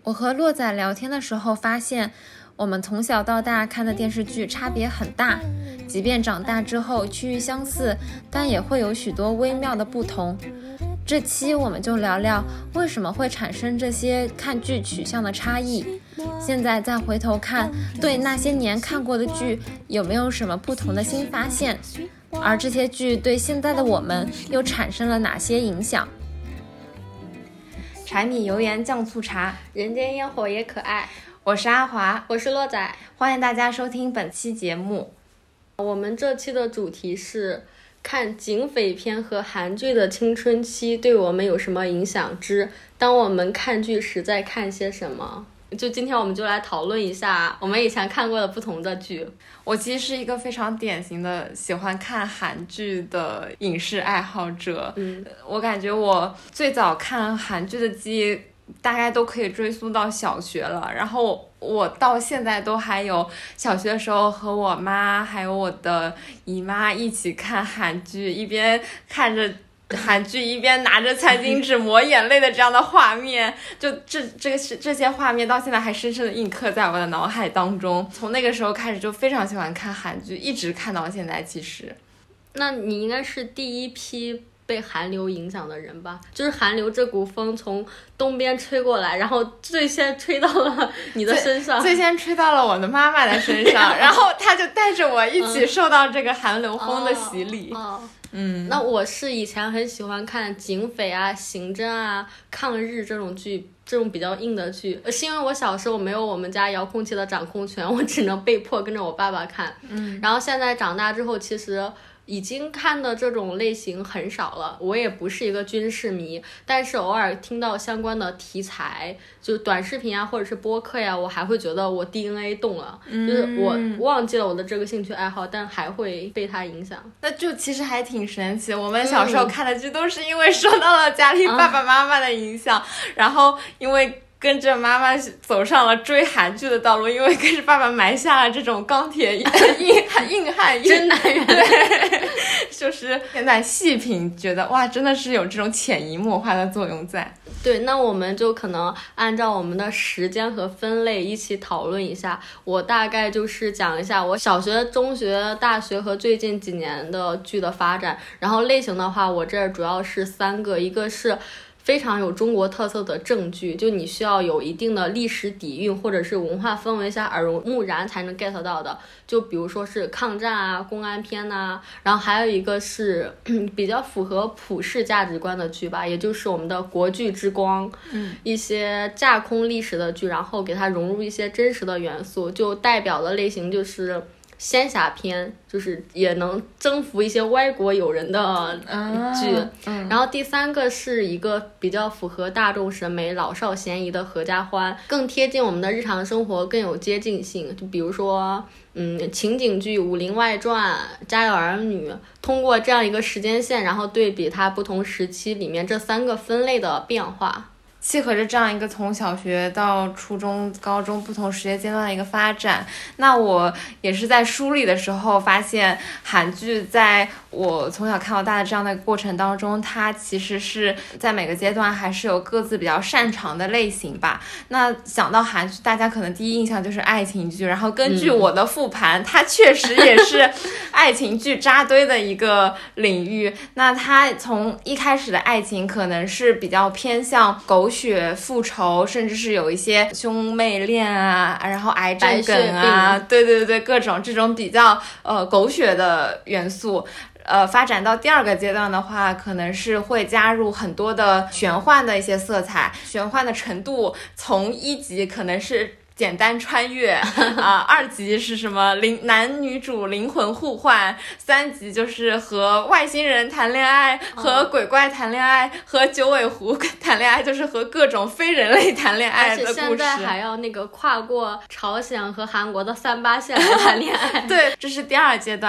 我和洛仔聊天的时候发现，我们从小到大看的电视剧差别很大，即便长大之后趋于相似，但也会有许多微妙的不同。这期我们就聊聊为什么会产生这些看剧取向的差异，现在再回头看，对那些年看过的剧有没有什么不同的新发现，而这些剧对现在的我们又产生了哪些影响。柴米油盐酱醋茶， 人间烟火也可爱。 我是阿华， 我是洛仔， 欢迎大家收听本期节目。 我们这期的主题是看警匪片和韩剧的青春期对我们有什么影响之当我们看剧时在看些什么。就今天我们就来讨论一下我们以前看过的不同的剧。 我其实是一个非常典型的喜欢看韩剧的影视爱好者。我感觉我最早看韩剧的记忆大概都可以追溯到小学了，然后我到现在都还有小学的时候和我妈还有我的姨妈一起看韩剧，一边看着韩剧一边拿着餐巾纸抹眼泪的这样的画面，就这些画面到现在还深深的印刻在我的脑海当中。从那个时候开始就非常喜欢看韩剧，一直看到现在。其实那你应该是第一批被韩流影响的人吧，就是韩流这股风从东边吹过来，然后最先吹到了你的身上， 最先吹到了我的妈妈的身上然后她就带着我一起受到这个韩流风的洗礼。 那我是以前很喜欢看警匪啊、刑侦啊、抗日这种剧，这种比较硬的剧，是因为我小时候没有我们家遥控器的掌控权，我只能被迫跟着我爸爸看。然后现在长大之后，其实已经看的这种类型很少了，我也不是一个军事迷，但是偶尔听到相关的题材，就短视频啊或者是播客呀，我还会觉得我 DNA 动了，就是我忘记了我的这个兴趣爱好，但还会被它影响。 那就其实还挺神奇，我们小时候看的剧都是因为受到了家里爸爸妈妈的影响，然后因为跟着妈妈走上了追韩剧的道路，因为跟着爸爸埋下了这种钢铁硬汉真男人。 对，就是现在细品觉得哇，真的是有这种潜移默化的作用在。 对，那我们就可能按照我们的时间和分类一起讨论一下。我大概就是讲一下我小学、中学、大学和最近几年的剧的发展，然后类型的话我这儿主要是3个，一个是非常有中国特色的正剧，就你需要有一定的历史底蕴或者是文化氛围下耳濡目染才能 get 到的，就比如说是抗战啊、公安片啊，然后还有一个是比较符合普世价值观的剧吧，也就是我们的国剧之光，一些架空历史的剧，然后给它融入一些真实的元素，就代表的类型就是仙侠片，就是也能征服一些歪国友人的剧。然后第3个是一个比较符合大众审美、老少咸宜的合家欢，更贴近我们的日常生活，更有接近性。就比如说情景剧《武林外传》、家有儿女，通过这样一个时间线，然后对比它不同时期里面这3个分类的变化， 契合着这样一个从小学到初中、高中不同时间阶段的一个发展。那我也是在梳理的时候发现，韩剧在我从小看到大的这样的一个过程当中，它其实是在每个阶段还是有各自比较擅长的类型吧。那想到韩剧，大家可能第一印象就是爱情剧，然后根据我的复盘，它确实也是爱情剧扎堆的一个领域。那它从一开始的爱情可能是比较偏向狗血复仇，甚至是有一些兄妹恋啊，然后癌症梗啊，对，各种这种比较狗血的元素。发展到第2个阶段的话，可能是会加入很多的玄幻的一些色彩，玄幻的程度从1集可能是简单穿越2集是什么男女主灵魂互换，3集就是和外星人谈恋爱，和鬼怪谈恋爱，和九尾狐谈恋爱，就是和各种非人类谈恋爱的故事。 而且现在还要那个跨过朝鲜和韩国的38线来谈恋爱。 对，这是第2阶段。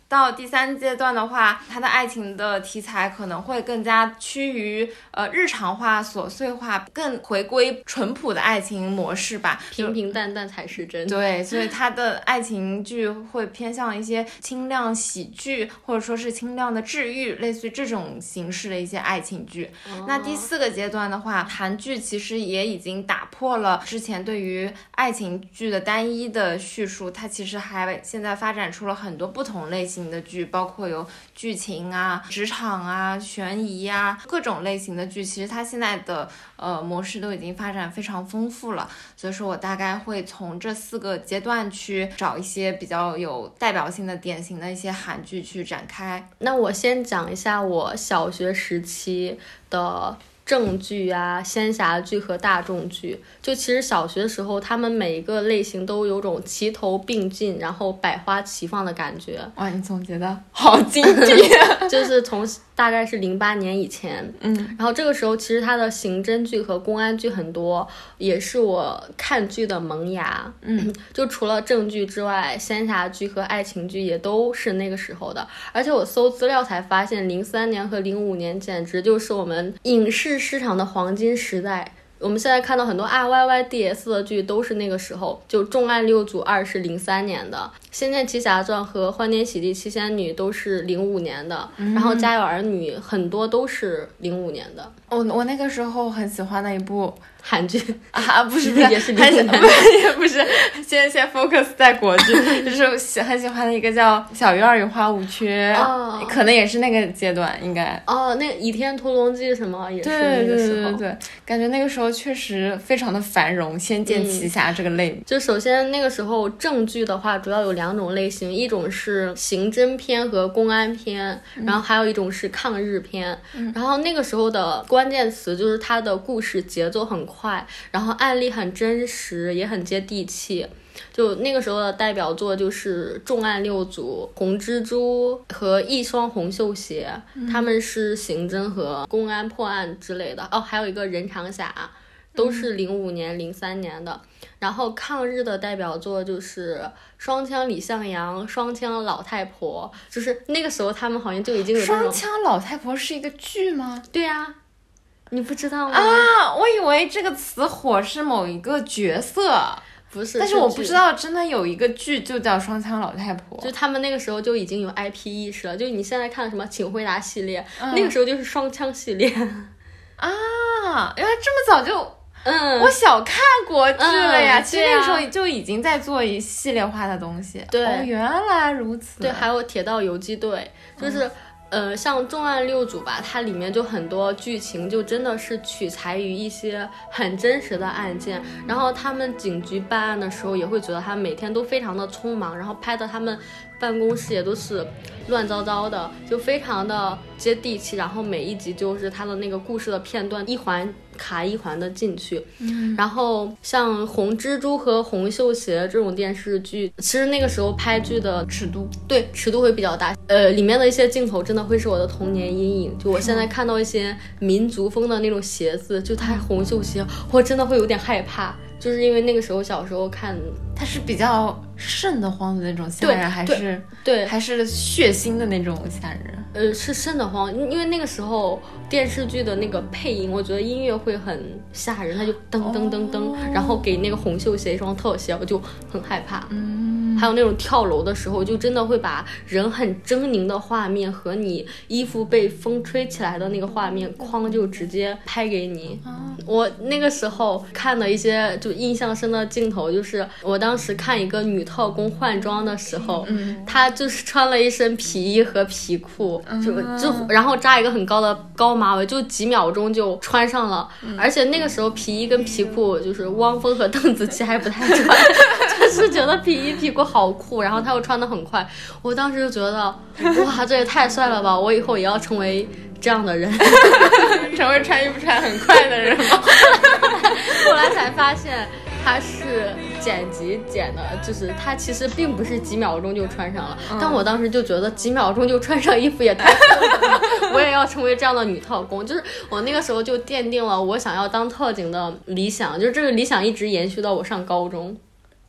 到第3阶段的话，它的爱情的题材可能会更加趋于日常化、琐碎化，更回归淳朴的爱情模式吧， 平平淡淡才是真。 对，所以它的爱情剧会偏向一些轻量喜剧，或者说是轻量的治愈，类似于这种形式的一些爱情剧。那第4个阶段的话，韩剧其实也已经打破了之前对于爱情剧的单一的叙述，它其实还现在发展出了很多不同类型的剧，包括有剧情啊、职场啊、悬疑啊，各种类型的剧，其实它现在的模式都已经发展非常丰富了。所以说我大概会从这4个阶段去找一些比较有代表性的典型的一些韩剧去展开。 那我先讲一下我小学时期的正剧啊、仙侠剧和大众剧。就其实小学的时候，他们每一个类型都有种齐头并进，然后百花齐放的感觉。 哇，你总结的好精辟就是从大概是08年以前，然后这个时候其实它的刑侦剧和公安剧很多，也是我看剧的萌芽。就除了正剧之外，仙侠剧和爱情剧也都是那个时候的。而且我搜资料才发现03年和05年简直就是我们影视市场的黄金时代。我们现在看到很多 YYDS 的剧都是那个时候，就《重案六组2》是03年的，《仙剑奇侠传》和《欢天喜地七仙女》都是05年的，然后《家有儿女》很多都是05年的。 我那个时候很喜欢的一部韩剧啊，不是也是05年的， 也不是，先 focus 在国剧，就是很喜欢的一个叫《小鱼儿与花无缺》，可能也是那个阶段，应该那个《倚天屠龙记》什么也是那个时候。 对，感觉那个时候确实非常的繁荣，仙剑奇侠这个类就首先那个时候正剧的话主要有2种类型，一种是刑侦片和公安片，然后还有一种是抗日片。然后那个时候的关键词就是它的故事节奏很快，然后案例很真实，也很接地气。就那个时候的代表作就是《重案六组》、红蜘蛛和一双红绣鞋，他们是刑侦和公安破案之类的。还有一个人长侠，都是05年、03年的。然后抗日的代表作就是双枪李向阳、双枪老太婆，就是那个时候他们好像就已经有这种。 双枪老太婆是一个剧吗？ 对啊，你不知道吗？ 我以为这个词火是某一个角色， 不是， 但是我不知道真的有一个剧就叫双枪老太婆， 就他们那个时候就已经有 IP 意识了。就你现在看什么请回答系列，那个时候就是双枪系列啊，原来这么早就我小看国剧了呀，其实那个时候就已经在做一系列化的东西。 对， 原来如此。 对，还有铁道游击队，就是像重案六组吧，它里面就很多剧情就真的是取材于一些很真实的案件，然后他们警局办案的时候也会觉得他们每天都非常的匆忙，然后拍的他们办公室也都是乱糟糟的，就非常的接地气，然后每一集就是他的那个故事的片段一环卡一环的进去。然后像红蜘蛛和红绣鞋这种电视剧，其实那个时候拍剧的尺度会比较大，里面的一些镜头真的会是我的童年阴影。就我现在看到一些民族风的那种鞋子，就它红绣鞋，我真的会有点害怕，就是因为那个时候小时候看， 它是比较瘆得慌的那种吓人，还是对还是血腥的那种吓人？ 是瘆得慌，因为那个时候电视剧的那个配音，我觉得音乐会很吓人，它就噔噔噔噔，然后给那个红绣鞋一双特写，我就很害怕。还有那种跳楼的时候，就真的会把人很狰狞的画面和你衣服被风吹起来的那个画面框就直接拍给你。我那个时候看的一些就印象深的镜头，就是我当时看一个女特工换装的时候，她就是穿了一身皮衣和皮裤，然后扎一个很高的高马尾，就几秒钟就穿上了。而且那个时候皮衣跟皮裤就是汪峰和邓紫棋还不太穿，就是觉得皮衣皮裤好酷，然后他又穿得很快，我当时就觉得哇，这也太帅了吧，我以后也要成为这样的人成为穿衣服穿很快的人吗？ 后来才发现他是剪辑剪的，就是他其实并不是几秒钟就穿上了，但我当时就觉得几秒钟就穿上衣服也太酷了，我也要成为这样的女特工。就是我那个时候就奠定了我想要当特警的理想，就是这个理想一直延续到我上高中。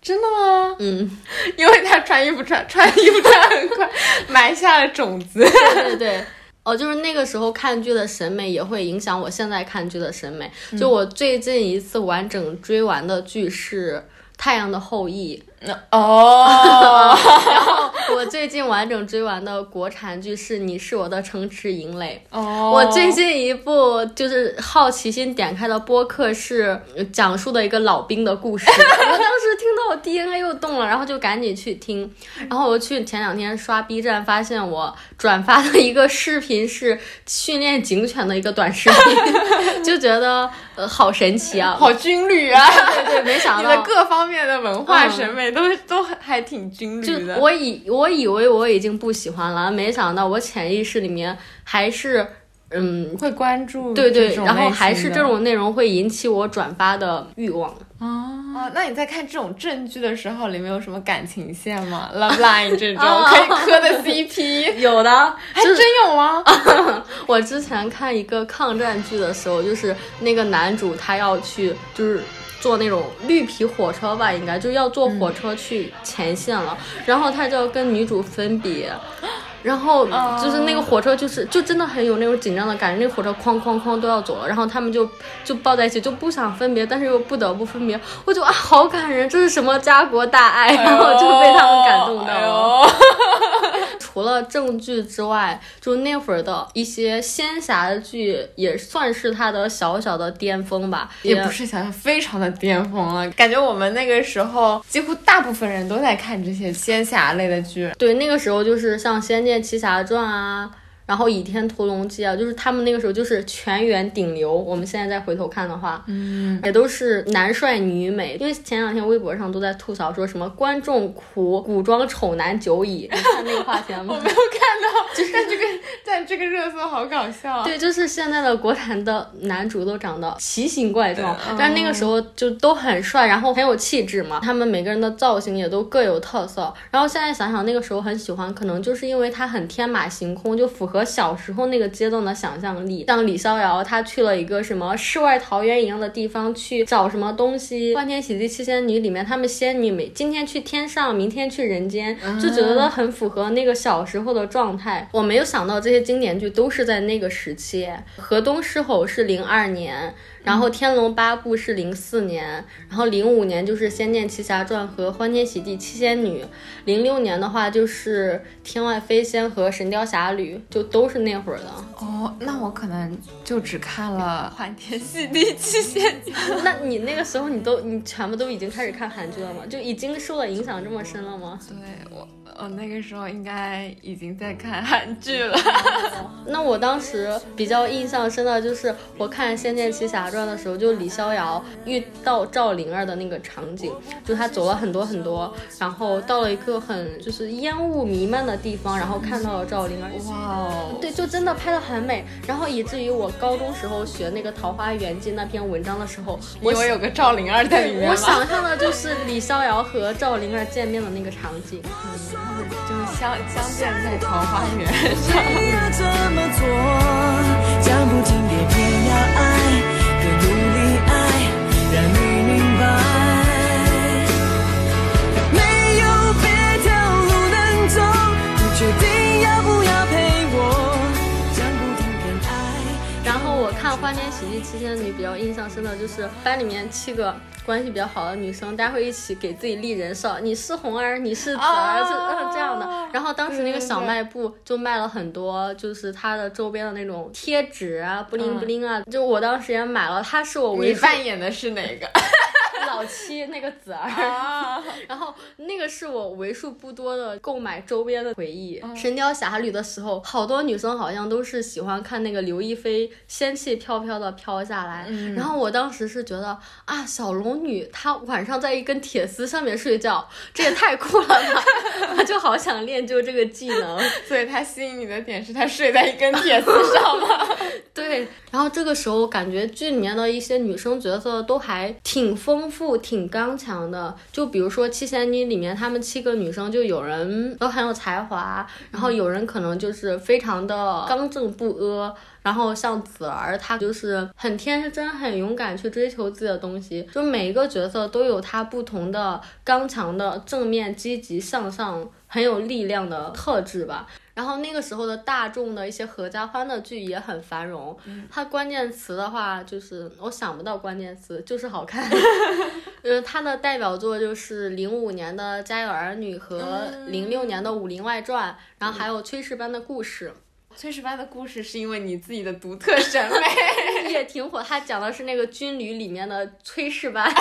真的吗？因为他穿衣服穿很快，埋下了种子。 对对对。就是那个时候看剧的审美也会影响我现在看剧的审美。就我最近一次完整追完的剧是《太阳的后裔》。然后我最近完整追完的国产剧是《你是我的城池营垒》。我最近一部就是好奇心点开的播客是讲述的一个老兵的故事。我当时听到我 DNA 又动了，然后就赶紧去听。然后我去前2天刷 B 站，发现我转发的一个视频是训练警犬的一个短视频，就觉得好神奇啊， 好军旅啊。 对对，没想到你的各方面的文化审美都还挺军旅的。 就我以为我已经不喜欢了，没想到我潜意识里面还是会关注。 对对，然后还是这种内容会引起我转发的欲望。 那你在看这种正剧的时候，里面有什么感情线吗？Love Line 这种可以磕的 CP 有的， 还真有吗？ 我之前看一个抗战剧的时候，就是那个男主他要去就是坐那种绿皮火车吧，应该就要坐火车去前线了，然后他就要跟女主分别。然后就是那个火车就真的很有那种紧张的感觉，那个火车哐哐哐都要走了，然后他们就抱在一起，就不想分别，但是又不得不分别。我就好感人，这是什么家国大爱，然后就被他们感动到了。除了正剧之外，就那会儿的一些仙侠的剧也算是他的小小的巅峰吧， 也不是小小，非常的巅峰了。感觉我们那个时候几乎大部分人都在看这些仙侠类的剧。 对，那个时候就是像《仙剑奇侠传》啊，然后《倚天屠龙记》啊，就是他们那个时候就是全员顶流。我们现在再回头看的话，也都是男帅女美。因为前2天微博上都在吐槽说什么观众苦古装丑男久矣，你看那个话题吗？ 我没有看到，就是但这个热搜好搞笑。 对，就是现在的国产的男主都长得奇形怪状，但是那个时候就都很帅，然后很有气质嘛。他们每个人的造型也都各有特色。然后现在想想，那个时候很喜欢，可能就是因为他很天马行空，就符合小时候那个阶段的想象力。像李逍遥，他去了一个什么世外桃源一样的地方去找什么东西，欢天喜地七仙女里面他们仙女今天去天上，明天去人间，就觉得很符合那个小时候的状态。我没有想到这些经典剧都是在那个时期。河东狮吼是02年，然后天龙八部是04年，然后05年就是仙剑奇侠传和欢天喜地七仙女，06年的话就是天外飞仙和神雕侠侣，就都是那会儿的。 那我可能就只看了欢天喜地七仙女。 那你那个时候你全部都已经开始看韩剧了吗？就已经受了影响这么深了吗？ 对，我那个时候应该已经在看韩剧了。 那我当时比较印象深的就是我看《仙剑奇侠传》的时候，就李逍遥遇到赵灵儿的那个场景，就他走了很多很多，然后到了一个很就是烟雾弥漫的地方，然后看到了赵灵儿。 哇哦， 对，就真的拍得很美。然后以至于我高中时候学那个《桃花源记》那篇文章的时候， 我以为有个赵灵儿在里面。 我想象的就是李逍遥和赵灵儿见面的那个场景。 就是相见在桃花源上。 这么做，讲不听也偏要爱，更努力爱，让你明白，没有别条路能走，不确定要不要陪我，讲不听偏爱。 然后我看《欢天喜地七仙女》比较印象深的就是班里面7个关系比较好的女生，大家会一起给自己立人设，你是红儿，你是紫儿，这样的。然后当时那个小卖部就卖了很多，就是它的周边的那种贴纸啊、布灵布灵啊，就我当时也买了。它是我你扮演的是哪个？ 老七那个紫儿，然后那个是我为数不多的购买周边的回忆。神雕侠侣的时候，好多女生好像都是喜欢看那个刘亦菲仙气飘飘的飘下来，然后我当时是觉得啊，小龙女她晚上在一根铁丝上面睡觉，这也太酷了吧！我就好想练就这个技能。 所以她吸引你的点是她睡在一根铁丝上吗？ 对，然后这个时候感觉剧里面的一些女生角色都还挺丰富挺刚强的。就比如说七仙女里面，她们7个女生，就有人都很有才华，然后有人可能就是非常的刚正不阿。然后像子儿，她就是很天真、很勇敢去追求自己的东西。就每一个角色都有她不同的刚强的、正面、积极向上、很有力量的特质吧。然后那个时候的大众的一些合家欢的剧也很繁荣。它关键词的话，就是我想不到关键词，就是好看。它的代表作就是05年的《家有儿女》和06年的《武林外传》，然后还有《炊事班的故事》。 炊事班的故事是因为你自己的独特审美。 也挺火，他讲的是那个军旅里面的炊事班。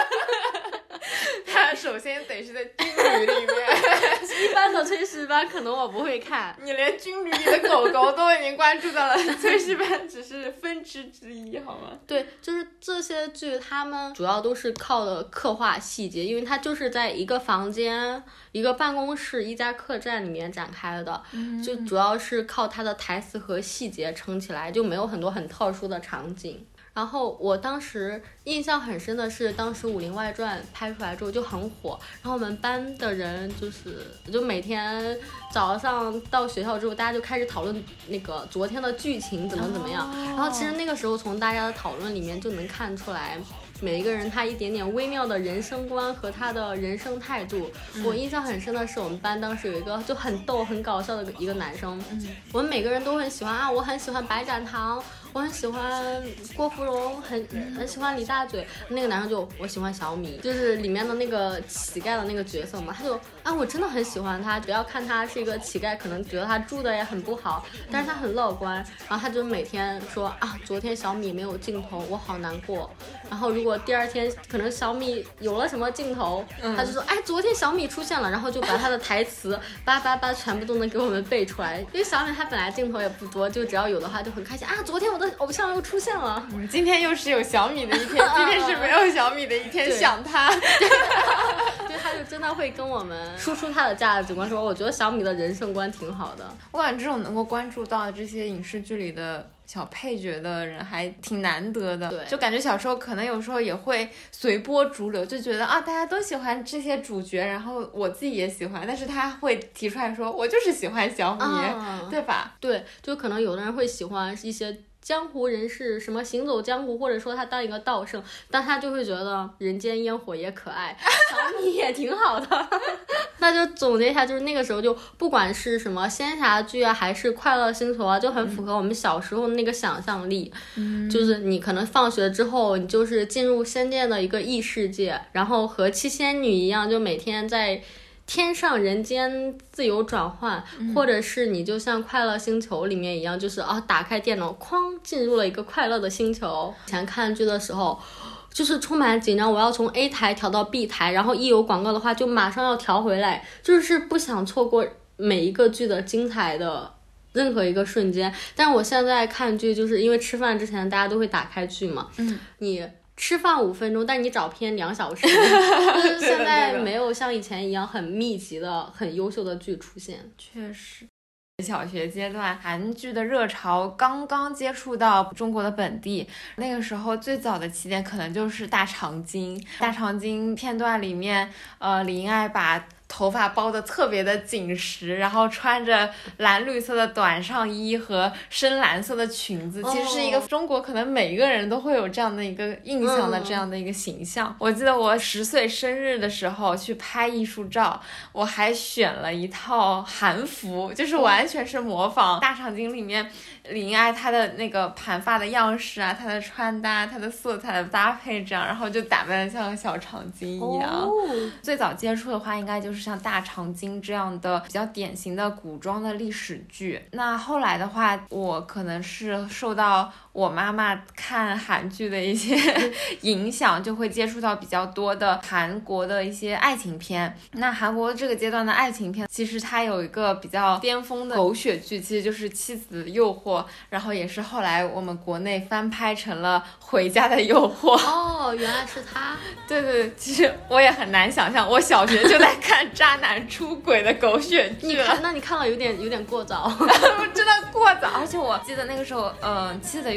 他首先得是在军旅里面。 一般的炊事班可能我不会看， 你连军旅里的狗狗都已经关注到了，炊事班只是分支之一，好吗？ 对，就是这些剧他们主要都是靠的刻画细节，因为它就是在一个房间、一个办公室、一家客栈里面展开的，就主要是靠它的台词和细节撑起来，就没有很多很特殊的场景。然后我当时印象很深的是，当时《武林外传》拍出来之后就很火，然后我们班的人就每天早上到学校之后，大家就开始讨论那个昨天的剧情怎么样。然后其实那个时候从大家的讨论里面就能看出来，每一个人他一点点微妙的人生观和他的人生态度。我印象很深的是，我们班当时有一个就很逗很搞笑的一个男生，我们每个人都很喜欢啊，我很喜欢白展堂，我很喜欢郭芙蓉，很喜欢李大嘴。那个男生就我喜欢小米，就是里面的那个乞丐的那个角色嘛，他就我真的很喜欢他。不要看他是一个乞丐，可能觉得他住的也很不好，但是他很乐观。然后他就每天说啊，昨天小米没有镜头，我好难过。然后如果第二天可能小米有了什么镜头，他就说哎，昨天小米出现了，然后就把他的台词叭全部都能给我们背出来。因为小米他本来镜头也不多，就只要有的话就很开心啊，昨天我的偶像又出现了。 今天又是有小米的一天，今天是没有小米的一天，想他。 对，他就真的会跟我们输出他的价值观，说我觉得小米的人生观挺好的。 我感觉这种能够关注到这些影视剧里的小配角的人还挺难得的。 对， 就感觉小时候可能有时候也会随波逐流，就觉得啊大家都喜欢这些主角，然后我自己也喜欢，但是他会提出来说我就是喜欢小米，对吧？ 对，就可能有的人会喜欢一些江湖人士，什么行走江湖，或者说他当一个道圣，但他就会觉得人间烟火也可爱，小米也挺好的。那就总结一下，就是那个时候就不管是什么仙侠剧啊，还是快乐星球啊，就很符合我们小时候的那个想象力。就是你可能放学之后，你就是进入仙界的一个异世界，然后和七仙女一样，就每天在天上人间自由转换，或者是你就像快乐星球里面一样，就是打开电脑哐进入了一个快乐的星球。以前看剧的时候就是充满紧张，我要从 A 台调到 B 台，然后一有广告的话就马上要调回来，就是不想错过每一个剧的精彩的任何一个瞬间。但是我现在看剧，就是因为吃饭之前大家都会打开剧嘛，你吃饭5分钟，但你找片2小时。就是现在没有像以前一样很密集的、很优秀的剧出现。 确实。小学阶段韩剧的热潮刚刚接触到中国的本地，那个时候最早的起点可能就是大长今。大长今片段里面李英爱把头发包得特别的紧实，然后穿着蓝绿色的短上衣和深蓝色的裙子，其实是一个中国可能每一个人都会有这样的一个印象的这样的一个形象。我记得我10岁生日的时候去拍艺术照，我还选了一套韩服，就是完全是模仿大长今里面李英爱她的那个盘发的样式啊，她的穿搭，她的色彩的搭配，这样然后就打扮得像小长今一样。最早接触的话应该就是像大长今这样的比较典型的古装的历史剧。那后来的话，我可能是受到我妈妈看韩剧的一些影响，就会接触到比较多的韩国的一些爱情片。那韩国这个阶段的爱情片，其实它有一个比较巅峰的狗血剧，其实就是《妻子的诱惑》，然后也是后来我们国内翻拍成了《回家的诱惑》。 原来是他。 对，其实我也很难想象，我小学就在看渣男出轨的狗血剧了。 那你看了有点过早。 真的过早。而且我记得那个时候，《妻子的诱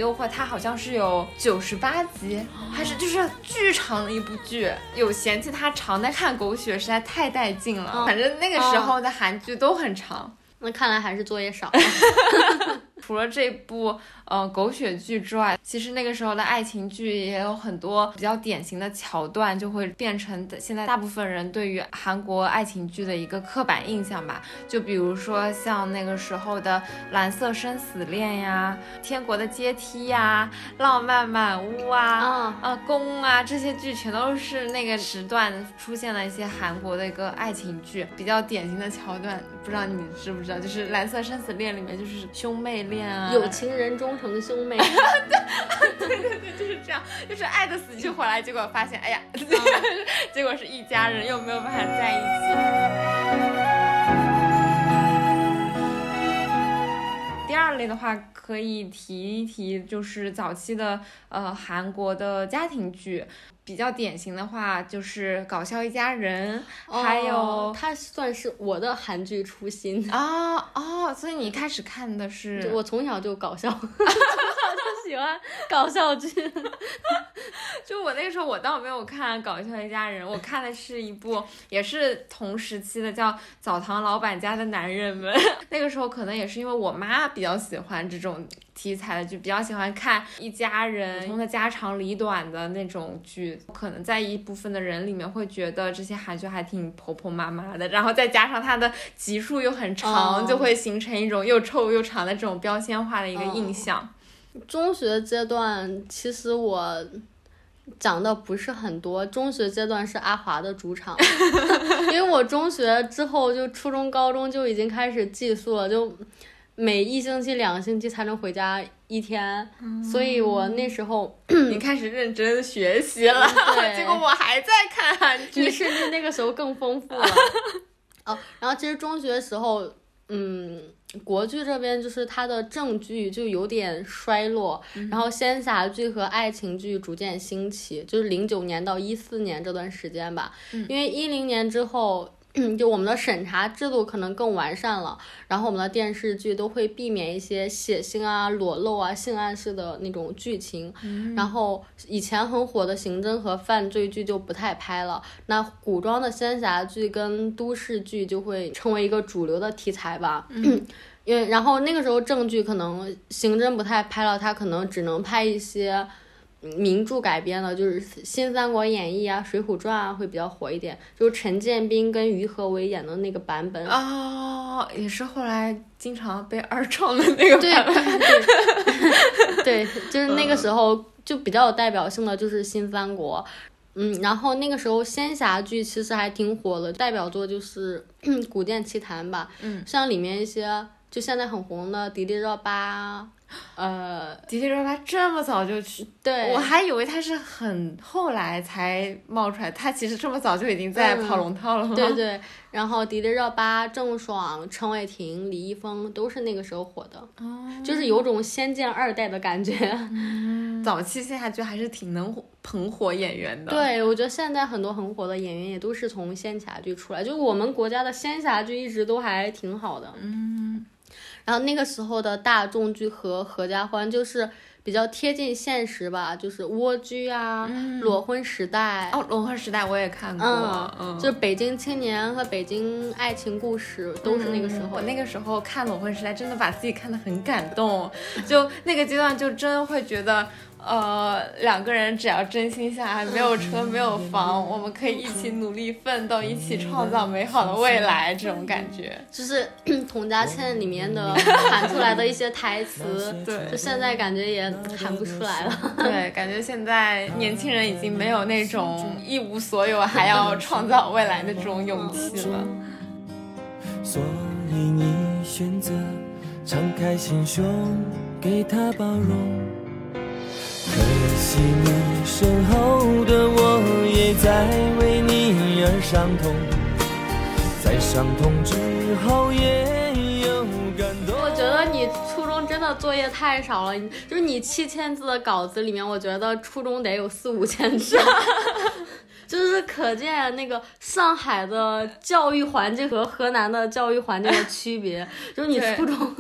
诱惑》它好像是有98集，还是就是巨长的一部剧，有嫌弃它长，但看狗血实在太带劲了。反正那个时候的韩剧都很长。 那看来还是作业少。 除了这部狗血剧之外，其实那个时候的爱情剧也有很多比较典型的桥段，就会变成现在大部分人对于韩国爱情剧的一个刻板印象吧。就比如说像那个时候的蓝色生死恋呀、天国的阶梯呀、浪漫满屋啊、宫啊，这些剧全都是那个时段出现了一些韩国的一个爱情剧比较典型的桥段。不知道你知不知道，就是蓝色生死恋里面就是兄妹恋啊， 有情人终成兄妹。 对，就是这样，就是爱的死去活来，结果发现哎呀，结果是一家人，又没有办法在一起。第二类的话可以提一提，就是早期的韩国的家庭剧，比较典型的话就是搞笑一家人，还有它算是我的韩剧初心。 所以你一开始看的是？ 我从小就搞笑，从小就喜欢搞笑剧。 就我那个时候我倒没有看搞笑一家人，我看的是一部也是同时期的叫澡堂老板家的男人们。那个时候可能也是因为我妈比较喜欢这种题材的剧，比较喜欢看一家人普通的家长里短的那种剧，可能在一部分的人里面会觉得这些韩剧还挺婆婆妈妈的，然后再加上它的集数又很长，就会形成一种又臭又长的这种标签化的一个印象。 中学阶段其实我讲的不是很多，中学阶段是阿华的主场。因为我中学之后就初中高中就已经开始寄宿了，就每1星期2星期才能回家1天，所以我那时候你开始认真学习了，结果我还在看韩剧。 你甚至那个时候更丰富了。然后其实中学的时候国剧这边就是它的正剧就有点衰落，然后仙侠剧和爱情剧逐渐兴起，就是09年到14年这段时间吧。因为10年之后就我们的审查制度可能更完善了，然后我们的电视剧都会避免一些血腥啊、裸露啊、性暗示的那种剧情，然后以前很火的刑侦和犯罪剧就不太拍了，那古装的仙侠剧跟都市剧就会成为一个主流的题材吧。因为然后那个时候正剧可能刑侦不太拍了，它可能只能拍一些名著改编的，就是《新三国演义》啊、《水浒传》啊会比较火一点，就是陈建斌跟于和伟演的那个版本。 也是后来经常被二创的那个版本。 对，就是那个时候就比较有代表性的就是《新三国》。然后那个时候仙侠剧其实还挺火的，代表作就是《古剑奇谭》吧。像里面一些就现在很红的迪丽热巴。 迪丽热巴这么早就去， 对， 我还以为她是很后来才冒出来，她其实这么早就已经在跑龙套了吗？ 对，然后迪丽热巴、郑爽、陈伟霆、李易峰都是那个时候火的，就是有种仙剑2代的感觉。 早期仙侠剧还是挺能捧火演员的。 对，我觉得现在很多很火的演员也都是从仙侠剧出来，就我们国家的仙侠剧一直都还挺好的。然后那个时候的大众剧和合家欢就是比较贴近现实吧，就是蜗居啊、裸婚时代。 裸婚时代我也看过。 就是北京青年和北京爱情故事都是那个时候。 我那个时候看裸婚时代真的把自己看得很感动，就那个阶段就真会觉得两个人只要真心相爱，没有车没有房，我们可以一起努力奋斗，一起创造美好的未来，这种感觉就是佟佳倩里面的喊出来的一些台词。 对， 就现在感觉也喊不出来了。 对，感觉现在年轻人已经没有那种一无所有还要创造未来的这种勇气了。 所以你选择敞开心胸给他包容，可惜你身后的我也在为你而伤痛，在伤痛之后也有感动。 我觉得你初中真的作业太少了，就是你7000字的稿子里面，我觉得初中得有4-5千字。就是可见那个上海的教育环境和河南的教育环境的区别。就是你初中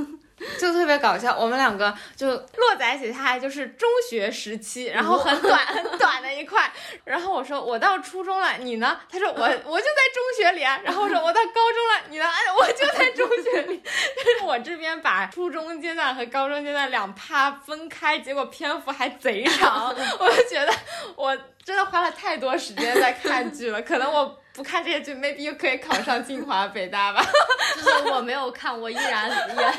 就特别搞笑。我们两个就落在一起，他还就是中学时期，然后很短很短的一块。然后我说我到初中了，你呢？他说我就在中学里啊。然后我说我到高中了，你呢？哎，我就在中学里。就是我这边把初中阶段和高中阶段两趴分开，结果篇幅还贼长。我就觉得我真的花了太多时间在看剧了，可能我不看这些剧 maybe 又可以考上清华北大吧。 就是我没有看，我依然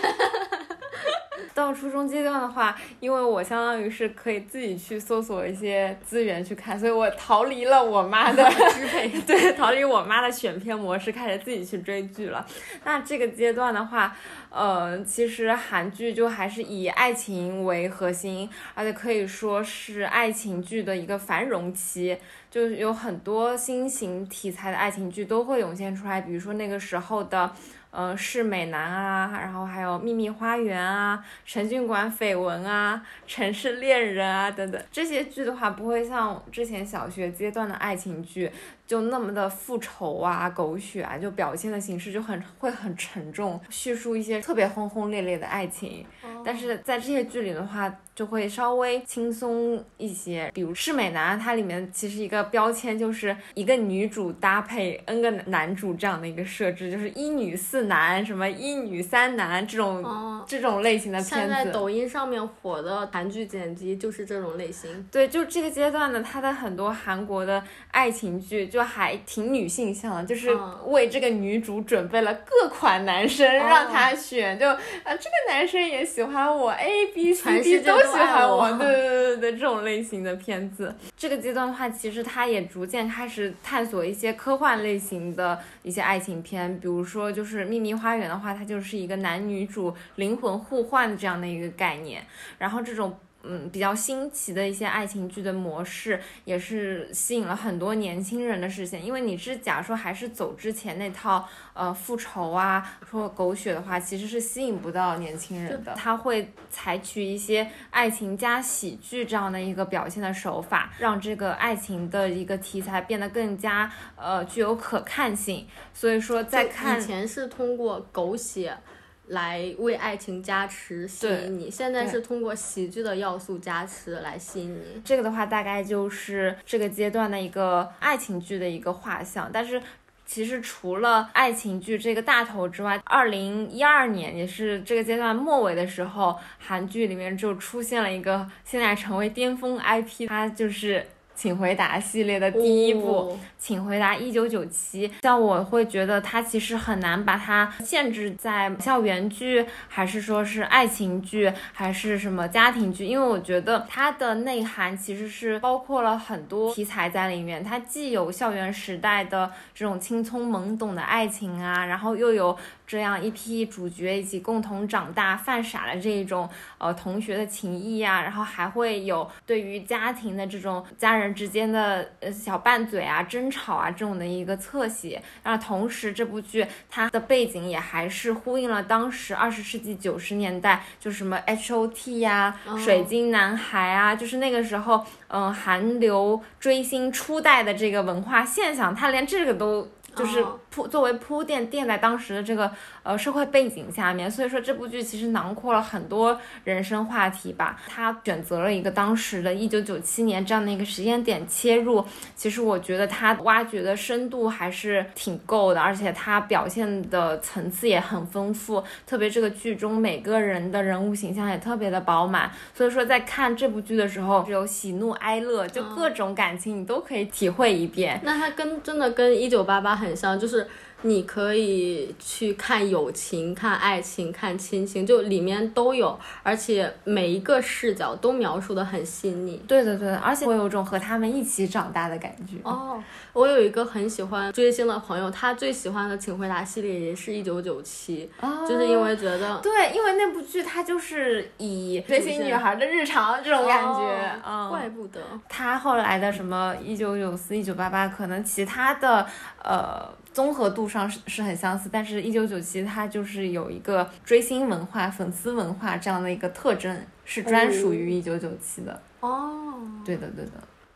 到初中阶段的话，因为我相当于是可以自己去搜索一些资源去看，所以我逃离了我妈的支配，对，逃离我妈的选片模式，开始自己去追剧了。那这个阶段的话，其实韩剧就还是以爱情为核心，而且可以说是爱情剧的一个繁荣期。就有很多新型题材的爱情剧都会涌现出来，比如说那个时候的是美男啊，然后还有秘密花园啊，陈俊馆绯闻啊，城市猎人啊等等。这些剧的话不会像之前小学阶段的爱情剧就那么的复仇啊狗血啊，就表现的形式就会很沉重，叙述一些特别轰轰烈烈的爱情。但是在这些剧里的话就会稍微轻松一些，比如是美男，它里面其实一个标签就是一个女主搭配 N 个男主这样的一个设置，就是一女四男，什么一女三男这种类型的片子。 现在抖音上面火的韩剧剪辑就是这种类型。 对，就这个阶段呢，它的很多韩国的爱情剧就还挺女性向的，就是为这个女主准备了各款男生让她选，就这个男生也喜欢我 A B C D 都喜欢我，对，这种类型的片子。这个阶段的话，其实它也逐渐开始探索一些科幻类型的一些爱情片，比如说就是秘密花园的话，它就是一个男女主灵魂互换的这样的一个概念，然后这种比较新奇的一些爱情剧的模式也是吸引了很多年轻人的视线，因为你是假如说还是走之前那套复仇啊说狗血的话，其实是吸引不到年轻人的。他会采取一些爱情加喜剧这样的一个表现的手法，让这个爱情的一个题材变得更加具有可看性。所以说在看以前是通过狗血来为爱情加持吸引你，现在是通过喜剧的要素加持来吸引你。 这个的话大概就是这个阶段的一个爱情剧的一个画像。但是其实除了爱情剧这个大头之外，2012年也是这个阶段末尾的时候，韩剧里面就出现了一个现在成为巅峰 IP， 它就是请回答系列的第一部，请回答1997。像我会觉得它其实很难把它限制在校园剧，还是说是爱情剧，还是什么家庭剧，因为我觉得它的内涵其实是包括了很多题材在里面。它既有校园时代的这种青葱懵懂的爱情啊，然后又有这样一批主角一起共同长大犯傻的这种同学的情谊啊，然后还会有对于家庭的这种家人之间的小拌嘴啊争吵啊这种的一个侧写。然后同时这部剧它的背景也还是呼应了当时20世纪90年代就什么 HOT 呀、水晶男孩啊，就是那个时候韩流追星初代的这个文化现象，它连这个都就是作为铺垫在当时的这个社会背景下面。所以说这部剧其实囊括了很多人生话题吧。他选择了一个当时的1997年这样的一个时间点切入，其实我觉得他挖掘的深度还是挺够的，而且他表现的层次也很丰富，特别这个剧中每个人的人物形象也特别的饱满。所以说在看这部剧的时候有喜怒哀乐，就各种感情你都可以体会一遍。 那它真的跟1988很像，就是你可以去看友情、看爱情、看亲情，就里面都有，而且每一个视角都描述的很细腻。 对，而且我有种和他们一起长大的感觉。 我有一个很喜欢追星的朋友，他最喜欢的请回答系列也是1997，就是因为觉得对，因为那部剧它就是以追星女孩的日常这种感觉。 怪不得他后来的什么1994、1988可能其他的综合度上是很相似，但是1997它就是有一个追星文化、粉丝文化这样的一个特征，是专属于1997的。 哦， 对的。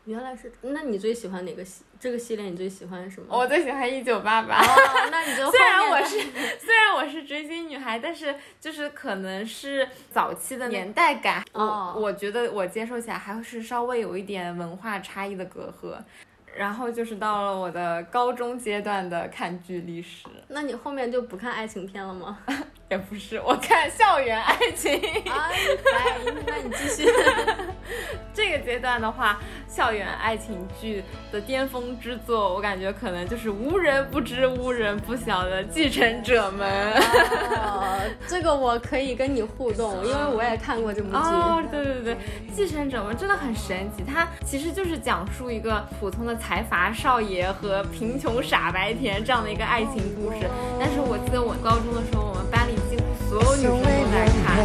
原来是，那你最喜欢哪个这个系列你最喜欢什么？ 我最喜欢1988。 那你就虽然我是追星女孩，但是就是可能是早期的年代感，我觉得我接受起来还是稍微有一点文化差异的隔阂。然后就是到了我的高中阶段的看剧历史。 那你后面就不看爱情片了吗？ 也不是，我看校园爱情。 那你继续。 这个阶段的话，校园爱情剧的巅峰之作，我感觉可能就是无人不知无人不晓的《继承者们》。 这个我可以跟你互动，因为我也看过这部剧。 对对对，《继承者们》真的很神奇，它其实就是讲述一个普通的财阀少爷和贫穷傻白甜这样的一个爱情故事。但是我记得我高中的时候，我们班里几乎所有女生都在看。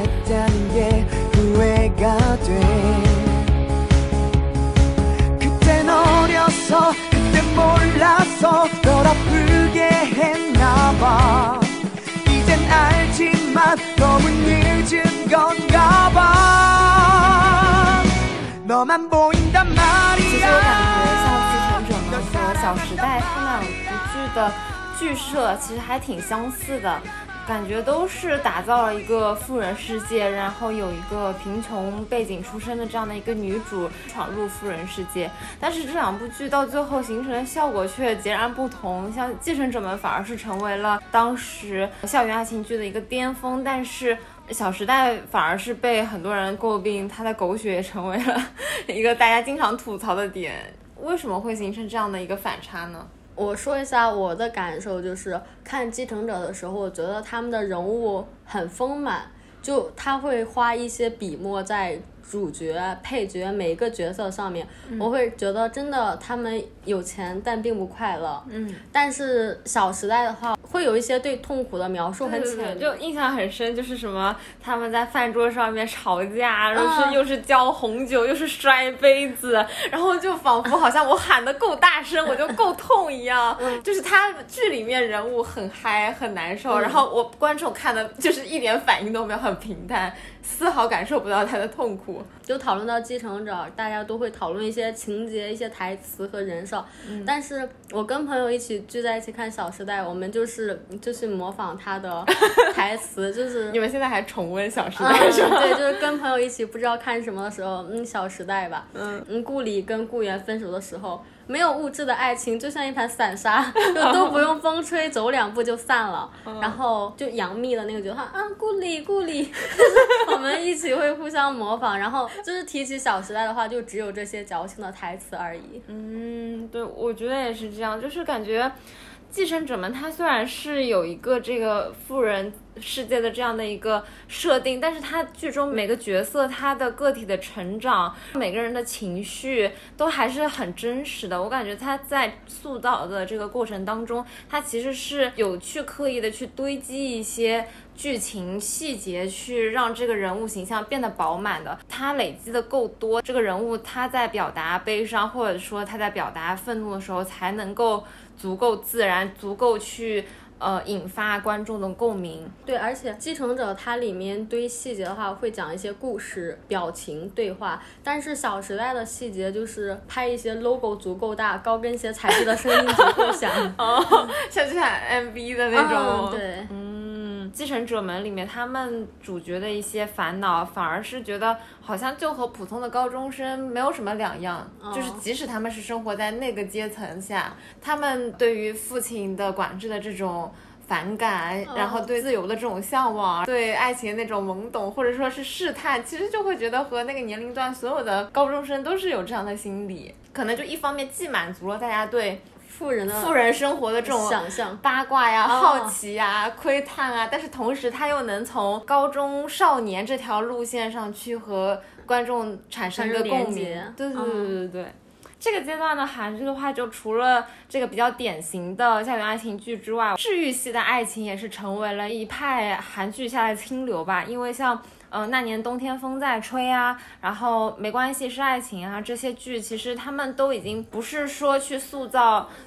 其实我感觉像《继承者们》和《小时代》他们两部剧的剧设其实还挺相似的，感觉都是打造了一个富人世界，然后有一个贫穷背景出身的这样的一个女主闯入富人世界。但是这两部剧到最后形成的效果却截然不同，像《继承者们》反而是成为了当时校园爱情剧的一个巅峰，但是小时代反而是被很多人诟病，它的狗血也成为了一个大家经常吐槽的点。为什么会形成这样的一个反差呢？ 我说一下我的感受，就是看继承者的时候，我觉得他们的人物很丰满，就他会花一些笔墨在主角配角每一个角色上面，我会觉得真的他们有钱但并不快乐。但是小时代的话会有一些对痛苦的描述很浅， 就印象很深，就是什么他们在饭桌上面吵架，然后又是浇红酒又是摔杯子，然后就仿佛好像我喊得够大声我就够痛一样。就是他剧里面人物很嗨很难受，然后我观众看的就是一点反应都没有，很平淡，丝毫感受不到他的痛苦。 就讨论到继承者，大家都会讨论一些情节一些台词和人设，但是我跟朋友一起聚在一起看小时代，我们就是模仿他的台词，就是你们现在还重温小时代是吧？ 对，就是跟朋友一起不知道看什么的时候，小时代吧。顾里跟顾源分手的时候，没有物质的爱情就像一盘散沙，就都不用风吹，走2步就散了。然后就杨幂的那个角色顾里，就是我们一起会互相模仿，然后就是提起小时代的话，就只有这些矫情的台词而已。 对，我觉得也是这样，就是感觉继承者们他虽然是有一个这个富人世界的这样的一个设定，但是他剧中每个角色他的个体的成长，每个人的情绪都还是很真实的。我感觉他在塑造的这个过程当中，他其实是有去刻意的去堆积一些剧情细节，去让这个人物形象变得饱满的。他累积的够多，这个人物他在表达悲伤或者说他在表达愤怒的时候才能够足够自然，足够去引发观众的共鸣。 对，而且继承者它里面堆细节的话会讲一些故事表情对话，但是小时代的细节就是拍一些 logo 足够大，高跟鞋踩地的声音足够响像去看 MV 的那种。 对， 继承者们里面他们主角的一些烦恼反而是觉得好像就和普通的高中生没有什么两样，就是即使他们是生活在那个阶层下，他们对于父亲的管制的这种反感，然后对自由的这种向往，对爱情的那种懵懂或者说是试探，其实就会觉得和那个年龄段所有的高中生都是有这样的心理。可能就一方面既满足了大家对富人生活的这种想象八卦呀、好奇呀、窥探啊，但是同时他又能从高中少年这条路线上去和观众产生一个共鸣。对。这个阶段的韩剧的话，就除了这个比较典型的校园爱情剧之外，治愈系的爱情也是成为了一派韩剧下的清流吧。因为像那年冬天风在吹啊，然后没关系是爱情啊，这些剧其实他们都已经不是说去塑造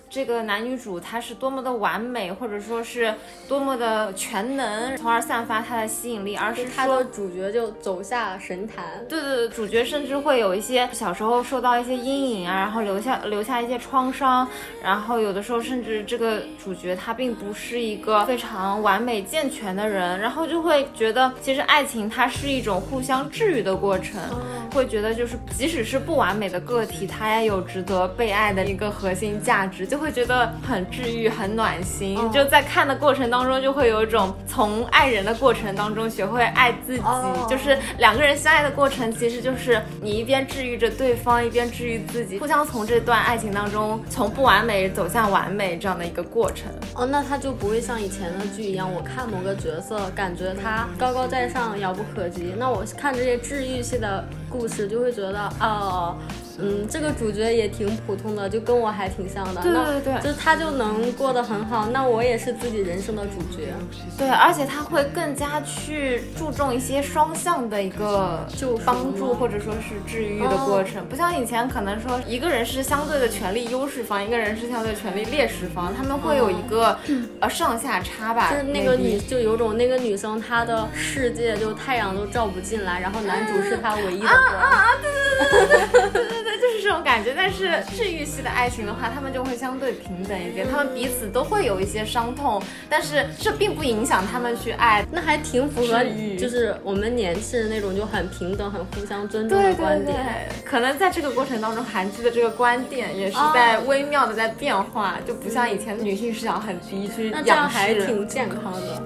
这个男女主他是多么的完美，或者说是多么的全能，从而散发他的吸引力，而是他的主角就走下神坛。 对对对，主角甚至会有一些小时候受到一些阴影啊，然后留下一些创伤，然后有的时候甚至这个主角他并不是一个非常完美健全的人，然后就会觉得其实爱情它是一种互相治愈的过程，会觉得就是即使是不完美的个体，它也有值得被爱的一个核心价值，就会觉得很治愈很暖心，就在看的过程当中就会有一种从爱人的过程当中学会爱自己，就是两个人相爱的过程其实就是你一边治愈着对方，一边治愈自己，互相从这段爱情当中从不完美走向完美这样的一个过程。 那他就不会像以前的剧一样，我看某个角色感觉他高高在上遥不可及，那我看这些治愈系的故事就会觉得这个主角也挺普通的，就跟我还挺像的。 对对对， 就他就能过得很好，那我也是自己人生的主角。 对，而且他会更加去注重一些双向的一个就帮助或者说是治愈的过程，不像以前可能说一个人是相对的权力优势方，一个人是相对权力劣势方，他们会有一个上下差吧。 就是那个就有种那个女生她的世界就太阳都照不进来，然后男主是她唯一的光。 对，就是这种感觉。但是治愈系的爱情的话，他们就会相对平等一点，他们彼此都会有一些伤痛，但是这并不影响他们去爱， 那还挺符合就是我们年轻人那种就很平等很互相尊重的观点。 对，可能在这个过程当中韩剧的这个观点也是在微妙的在变化，就不像以前的女性视角很低去那这样还挺健康的。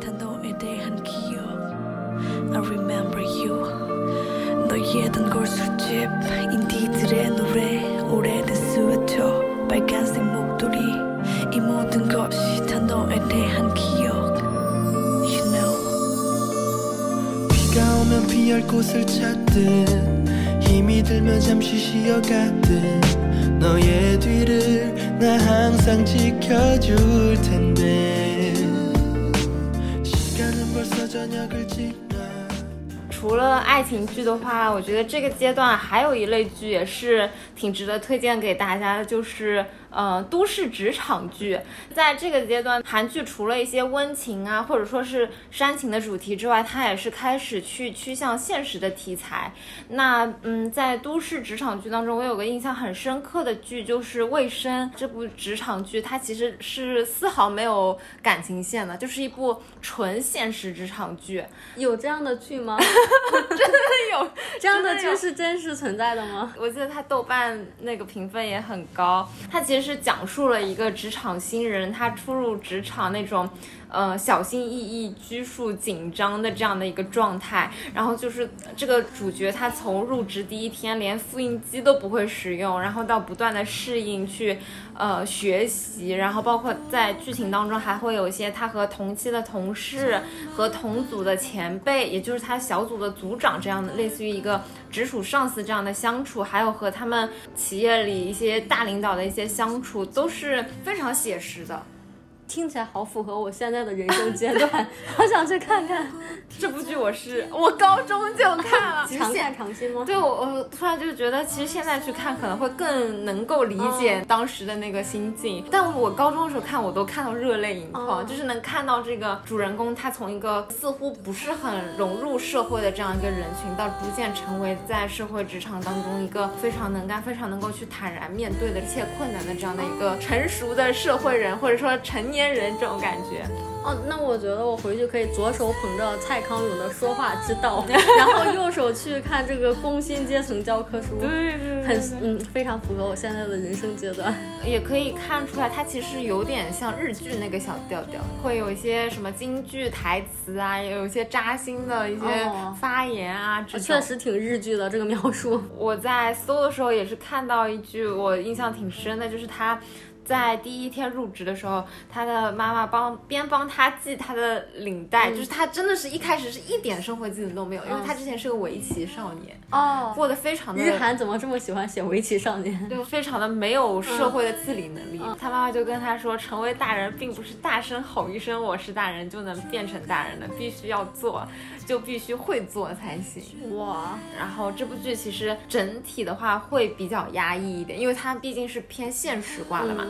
I remember you 너의 던 골술집 인디들의 노래 오래된 스웨터 빨간색 목도리 이 모든 것이 다 너에 대한 기억 You know 비가 오면 피할 곳을 찾듯 힘이 들면 잠시 쉬어가듯 너의 뒤를 나 항상 지켜줄 텐데 시간은 벌써 저녁을 지나 除了爱情剧的话，我觉得这个阶段还有一类剧也是挺值得推荐给大家的，就是都市职场剧。在这个阶段，韩剧除了一些温情啊或者说是煽情的主题之外，它也是开始去趋向现实的题材。那在都市职场剧当中，我有个印象很深刻的剧就是《卫生》这部职场剧，它其实是丝毫没有感情线的，就是一部纯现实职场剧。 有这样的剧吗？ 真的有这样的剧是真实存在的吗？ 我记得它豆瓣那个评分也很高。它其实是讲述了一个职场新人，他初入职场那种小心翼翼、拘束紧张的这样的一个状态。然后就是这个主角他从入职第一天连复印机都不会使用，然后到不断的适应去学习，然后包括在剧情当中还会有一些他和同期的同事和同组的前辈，也就是他小组的组长这样的类似于一个直属上司这样的相处，还有和他们企业里一些大领导的一些相处，都是非常写实的。 听起来好符合我现在的人生阶段，好想去看看这部剧。我高中就看了， 常看常新吗？ 对，我突然就觉得其实现在去看可能会更能够理解当时的那个心境，但我高中的时候看我都看到热泪盈眶，就是能看到这个主人公他从一个似乎不是很融入社会的这样一个人群，到逐渐成为在社会职场当中一个非常能干、非常能够去坦然面对的一切困难的这样的一个成熟的社会人，或者说成年人这种感觉。 那我觉得我回去可以左手捧着蔡康永的说话之道，然后右手去看这个工薪阶层教科书。 对， 非常符合我现在的人生阶段。 也可以看出来它其实有点像日剧那个小调调，会有一些什么京剧台词啊，也有一些扎心的一些发言啊， 确实挺日剧的这个描述。 我在搜的时候也是看到一句我印象挺深的，就是他在第一天入职的时候，他的妈妈边帮他系他的领带，就是他真的是一开始是一点生活技能都没有，因为他之前是个围棋少年，过得非常的。 日韩怎么这么喜欢写围棋少年？ 就非常的没有社会的自理能力。他妈妈就跟他说，成为大人并不是大声吼一声我是大人就能变成大人的，必须要做，就必须会做才行。 哇！ 然后这部剧其实整体的话会比较压抑一点，因为它毕竟是偏现实化的嘛。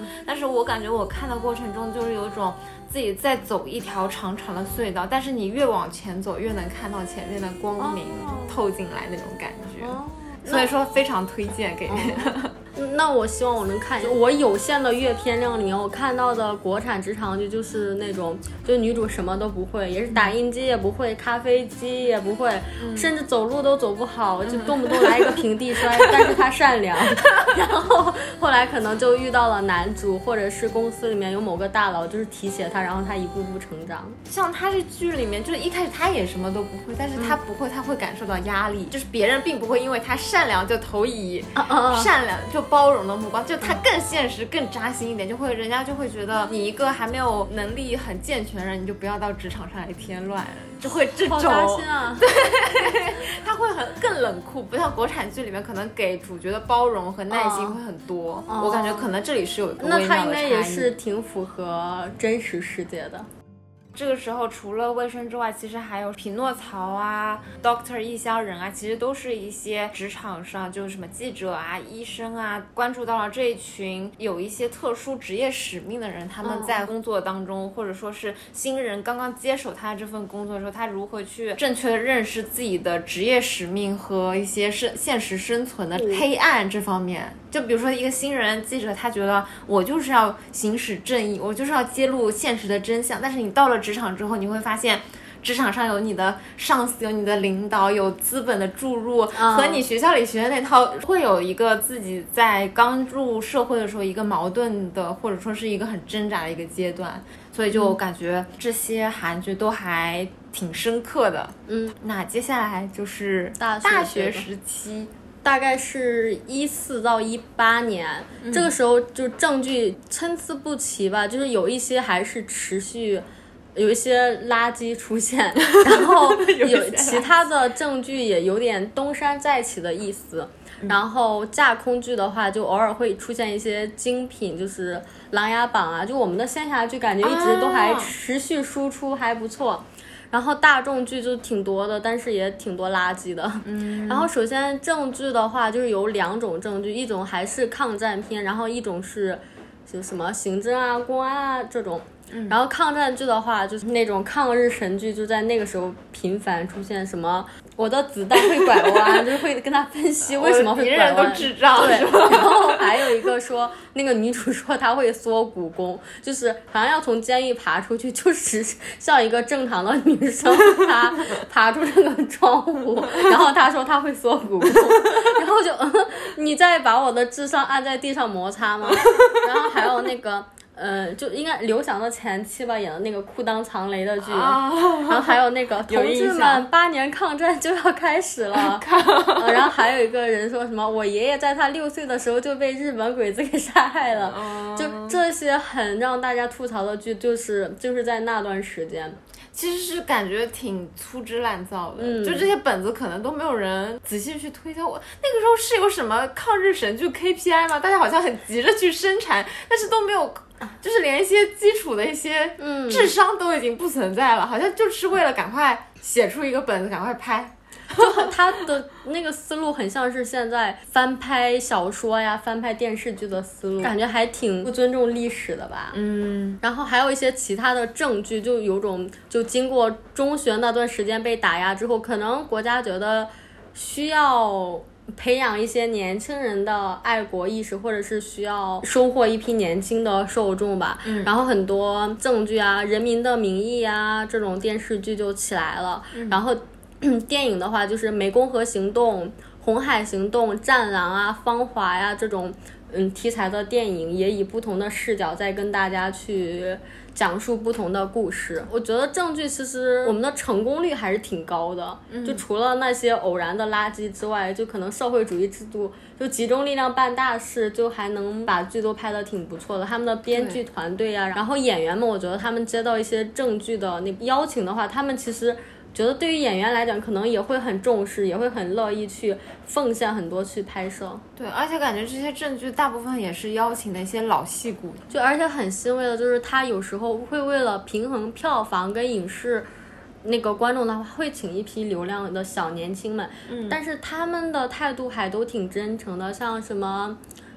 但是我感觉我看的过程中就是有一种自己在走一条长长的隧道，但是你越往前走越能看到前面的光明透进来那种感觉，所以说非常推荐给那我希望我能看，我有限的阅片量里面，我看到的国产职场剧就是那种，就女主什么都不会，也是打印机也不会，咖啡机也不会，甚至走路都走不好，就动不动来一个平地摔，但是她善良。然后后来可能就遇到了男主，或者是公司里面有某个大佬，就是提携她，然后她一步步成长。 像她这剧里面，就是一开始她也什么都不会，但是她不会，她会感受到压力，就是别人并不会因为她善良就投以善良就包容的目光，就他更现实更扎心一点，就会人家就会觉得你一个还没有能力很健全的人，你就不要到职场上来添乱，就会这种好扎心啊。 对，他会更冷酷，不像国产剧里面可能给主角的包容和耐心会很多，我感觉可能这里是有一个微妙的差异。 那他应该也是挺符合真实世界的。 这个时候除了卫生之外，其实还有匹诺曹啊 Dr. 异乡人啊，其实都是一些职场上就是什么记者啊医生啊，关注到了这一群有一些特殊职业使命的人，他们在工作当中或者说是新人刚刚接手他这份工作的时候，他如何去正确的认识自己的职业使命和一些现实生存的黑暗这方面。就比如说一个新人记者，他觉得我就是要行使正义，我就是要揭露现实的真相，但是你到了职场之后，你会发现职场上有你的上司，有你的领导，有资本的注入，和你学校里学的那套会有一个自己在刚入社会的时候一个矛盾的，或者说是一个很挣扎的一个阶段，所以就感觉这些韩剧都还挺深刻的。那接下来就是大学时期， 大概是14到18年，这个时候就证据参差不齐吧，就是有一些还是持续有一些垃圾出现，然后有其他的证据也有点东山再起的意思。然后架空剧的话，就偶尔会出现一些精品，就是《琅琊榜》啊，就我们的仙侠剧感觉一直都还持续输出，还不错。然后大众剧就挺多的，但是也挺多垃圾的。然后首先正剧的话，就是有2种正剧，一种还是抗战片，然后一种是就什么刑侦啊、公安啊这种。然后抗战剧的话，就是那种抗日神剧，就在那个时候频繁出现，什么我的子弹会拐弯，就是会跟他分析为什么会拐弯， 人都智障。 对，然后还有一个说那个女主说她会缩骨功，就是好像要从监狱爬出去，就是像一个正常的女生，她爬出这个窗户，然后她说她会缩骨功，然后就你再把我的智商按在地上摩擦吗？然后还有那个。就应该刘翔的前妻吧，演的那个裤裆藏雷的剧，然后还有那个同志们8年抗战就要开始了，然后还有一个人说什么我爷爷在他6岁的时候就被日本鬼子给杀害了，就这些很让大家吐槽的剧，就是在那段时间。 其实是感觉挺粗制滥造的，就这些本子可能都没有人仔细去推销。我那个时候是有什么抗日神剧 KPI 吗？大家好像很急着去生产，但是都没有，就是连一些基础的一些智商都已经不存在了，好像就是为了赶快写出一个本子，赶快拍。 就他的那个思路很像是现在翻拍小说呀、翻拍电视剧的思路，感觉还挺不尊重历史的吧。然后还有一些其他的证据，就有种就经过中学那段时间被打压之后，可能国家觉得需要培养一些年轻人的爱国意识，或者是需要收获一批年轻的受众吧。然后很多证据啊，《人民的名义》啊这种电视剧就起来了。然后电影的话就是湄公河行动、红海行动、战狼啊、芳华呀这种题材的电影，也以不同的视角在跟大家去讲述不同的故事。我觉得正剧其实我们的成功率还是挺高的，就除了那些偶然的垃圾之外，就可能社会主义制度就集中力量办大事，就还能把剧都拍得挺不错的。他们的编剧团队啊，然后演员们，我觉得他们接到一些正剧的那邀请的话，他们其实觉得对于演员来讲可能也会很重视，也会很乐意去奉献很多去拍摄。 对，而且感觉这些正剧大部分也是邀请的一些老戏骨， 就而且很欣慰的就是他有时候会为了平衡票房跟影视那个观众的话，会请一批流量的小年轻们，但是他们的态度还都挺真诚的，像什么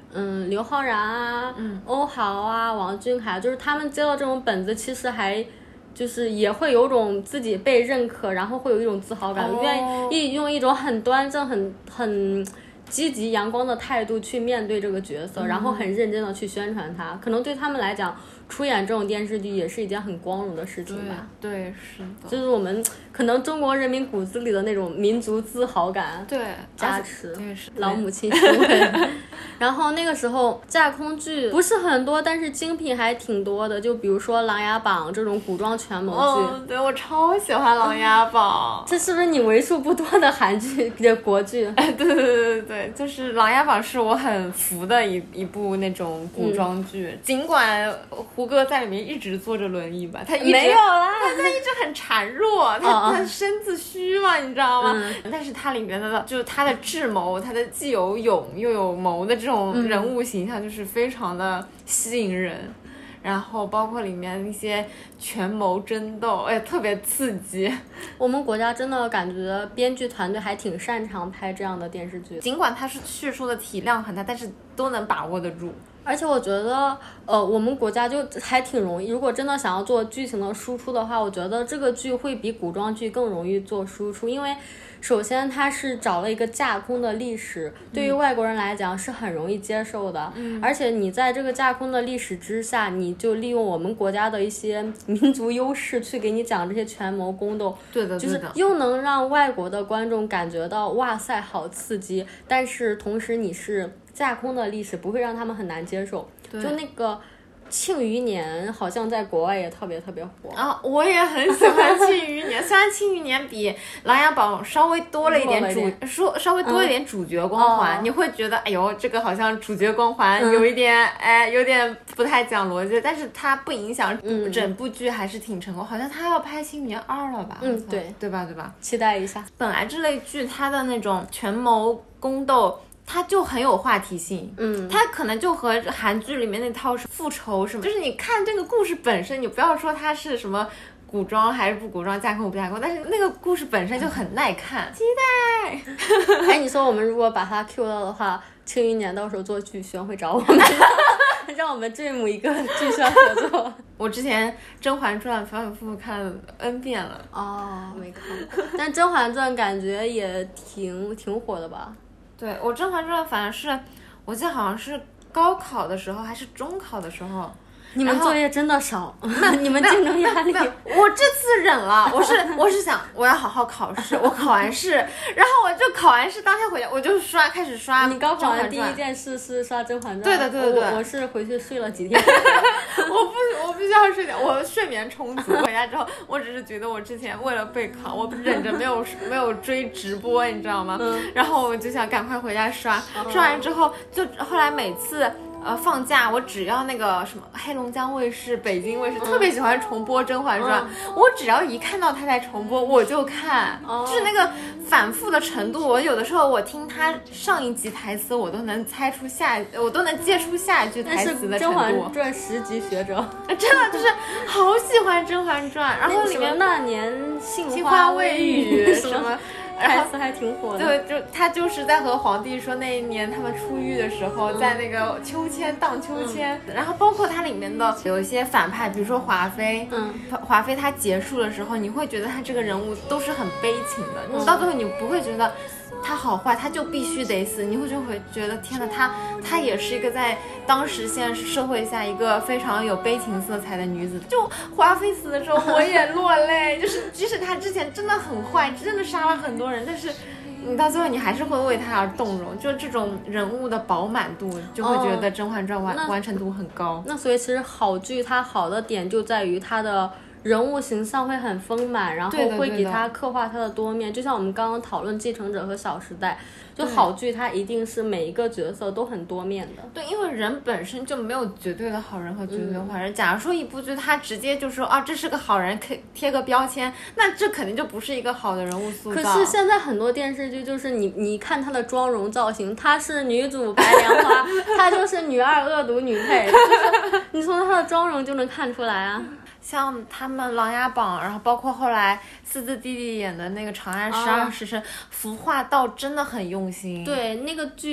刘昊然啊，欧豪啊，王俊凯，就是他们接到这种本子，其实还就是也会有种自己被认可，然后会有一种自豪感，愿意用一种很端正、很积极阳光的态度去面对这个角色，然后很认真的去宣传它。可能对他们来讲，出演这种电视剧也是一件很光荣的事情吧。 对，是的， 就是我们可能中国人民骨子里的那种民族自豪感， 对， 加持， 对，是老母亲欣慰。然后那个时候架空剧不是很多，但是精品还挺多的，就比如说《琅琊榜》这种古装权谋剧。 对，我超喜欢《琅琊榜》。 这是不是你为数不多的韩剧的国剧？ 对，就是《琅琊榜》是我很服的一部那种古装剧，尽管胡歌在里面一直坐着轮椅吧，他一直没有啦， 他一直很孱弱，他身子虚嘛，你知道吗？但是他里面的就是他的智谋，他的既有勇又有谋的这种人物形象，就是非常的吸引人。然后包括里面一些权谋争斗，特别刺激。 我们国家真的感觉编剧团队还挺擅长拍这样的电视剧， 尽管它是叙述的体量很大，但是都能把握得住。 而且我觉得，我们国家就还挺容易。如果真的想要做剧情的输出的话，我觉得这个剧会比古装剧更容易做输出，因为首先它是找了一个架空的历史，对于外国人来讲是很容易接受的。而且你在这个架空的历史之下，你就利用我们国家的一些民族优势去给你讲这些权谋宫斗， 对的， 就是又能让外国的观众感觉到哇塞好刺激，但是同时你是架空的历史，不会让他们很难接受。就那个庆余年好像在国外也特别特别火啊，我也很喜欢庆余年。虽然庆余年比《琅琊榜》稍微多了一点稍微多一点主角光环，你会觉得哎呦，这个好像主角光环有一点有点不太讲逻辑，但是它不影响整部剧还是挺成功。好像他要拍《庆余年2》了吧？对吧？ 期待一下。 本来这类剧它的那种权谋宫斗，它就很有话题性，它可能就和韩剧里面那套是复仇什么，就是你看这个故事本身，你不要说它是什么古装还是不古装，架空不架空，但是那个故事本身就很耐看，期待。 你说我们如果把它 Q 到的话，庆余年到时候做剧宣会找我们，让我们dream一个剧宣合作。 我之前《甄嬛传》反反复复看了 N 遍了。 没看过，但《甄嬛传》感觉也挺火的吧？ 对，我《甄嬛传》反正是我记得好像是高考的时候还是中考的时候。 你们作业真的少，你们竞争压力。 我这次忍了，我是想我要好好考试，我考完试，然后我就考完试当天回家我就开始刷。 你高考完第一件事是刷《甄嬛传》？ 对的。 我是回去睡了几天。 我必须要睡觉，我睡眠充足。回家之后，我只是觉得我之前为了备考，我忍着没有追直播，你知道吗？然后我就想赶快回家刷，刷完之后就后来每次。放假我只要那个什么黑龙江卫视、北京卫视特别喜欢重播《甄嬛传》，我只要一看到他在重播我就看，就是那个反复的程度，我有的时候我听他上一集台词我都能我都能接出下一句台词的程度。 甄嬛传10级学者， 真的就是好喜欢《甄嬛传》，然后里面那年杏花未雨什么。 台词还挺火的。 对，就他就是在和皇帝说那一年他们出狱的时候，在那个秋千荡秋千，然后包括它里面的有一些反派，比如说华妃，华妃她结束的时候，你会觉得她这个人物都是很悲情的，你到最后你不会觉得他好坏，他就必须得死，你会觉得天哪，他也是一个在当时现实社会下一个非常有悲情色彩的女子。就华妃死的时候我也落泪，就是即使她之前真的很坏，真的杀了很多人，但是你到最后你还是会为她而动容，就这种人物的饱满度，就会觉得《甄嬛传》完成度很高。 那所以其实好剧它好的点就在于它的人物形象会很丰满，然后会给他刻画他的多面，就像我们刚刚讨论《继承者》和《小时代》，就好剧它一定是每一个角色都很多面的。 对，因为人本身就没有绝对的好人和绝对的坏人。假如说一部剧他直接就说啊这是个好人，贴个标签，那这肯定就不是一个好的人物塑造。 可是现在很多电视剧就是你看她的妆容造型，她是女主白莲花，她就是女二恶毒女配，就是你从她的妆容就能看出来啊。 像他们《琅琊榜》，然后包括后来四字弟弟演的那个《长安12时辰》，服化道真的很用心。 对，那个剧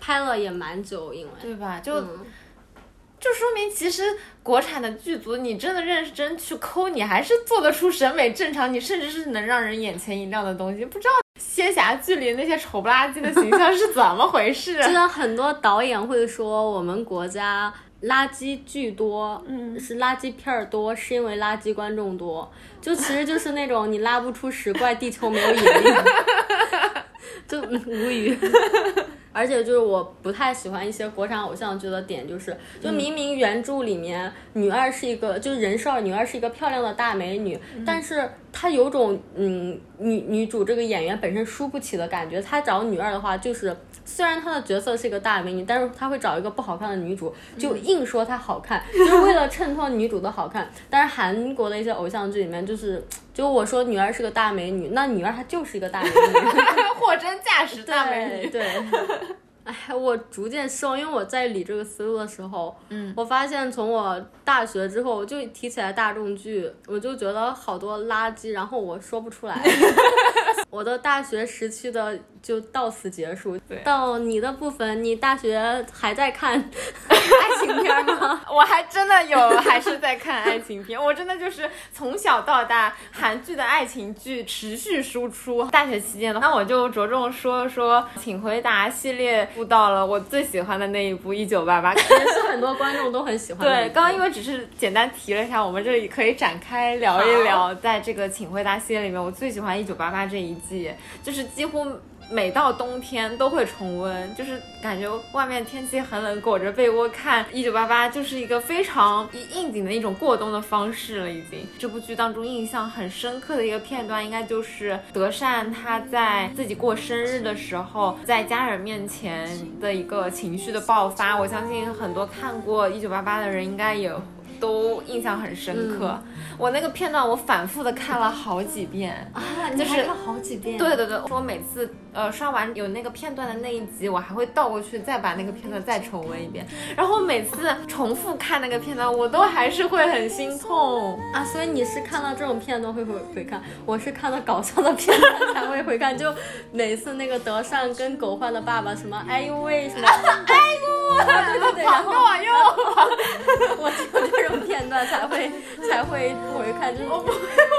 拍了也蛮久，因为对吧？就说明其实国产的剧组，你真的认真去抠，你还是做得出审美正常，你甚至是能让人眼前一亮的东西。不知道仙侠剧里那些丑不拉几的形象是怎么回事？ 真的很多导演会说我们国家垃圾剧多，是垃圾片多，是因为垃圾观众多，就其实就是那种你拉不出屎，怪地球没有引力，就无语。而且就是我不太喜欢一些国产偶像剧的点，就是就明明原著里面女二是一个就是人设，女二是一个漂亮的大美女，但是她有种女主这个演员本身输不起的感觉。她找女二的话，就是虽然她的角色是一个大美女，但是她会找一个不好看的女主，就硬说她好看，就是为了衬托女主的好看。但是韩国的一些偶像剧里面，就我说女二是个大美女，那女二她就是一个大美女， 货真价实大美女。 对。哎，我逐渐失望，因为我在理这个思路的时候，我发现从我大学之后，就提起来大众剧，我就觉得好多垃圾，然后我说不出来。我的大学时期的就到此结束。到你的部分，你大学还在看爱情片吗？ 我还真的还是在看爱情片。我真的就是从小到大韩剧的爱情剧持续输出。大学期间的话，那我就着重说请回答系列到了我最喜欢的那一部1988， 也是很多观众都很喜欢。 对，刚刚因为只是简单提了一下，我们这里可以展开聊一聊。在这个请回答系列里面，我最喜欢1988这一季，就是几乎每到冬天都会重温，就是感觉外面天气很冷，裹着被窝看1988就是一个非常应景的一种过冬的方式了。已经这部剧当中印象很深刻的一个片段，应该就是德善他在自己过生日的时候，在家人面前的一个情绪的爆发。我相信很多看过1988的人应该也都印象很深刻。我那个片段我反复的看了好几遍啊， 就是看了好几遍。 对，我每次刷完有那个片段的那一集，我还会倒过去再把那个片段再重温一遍。然后每次重复看那个片段，我都还是会很心痛啊。所以你是看到这种片段会回看，我是看到搞笑的片段才会回看。就每次那个德善跟狗焕的爸爸什么哎呦喂什么哎呦对，然后往右我只有这种片段才会回看。就是我不会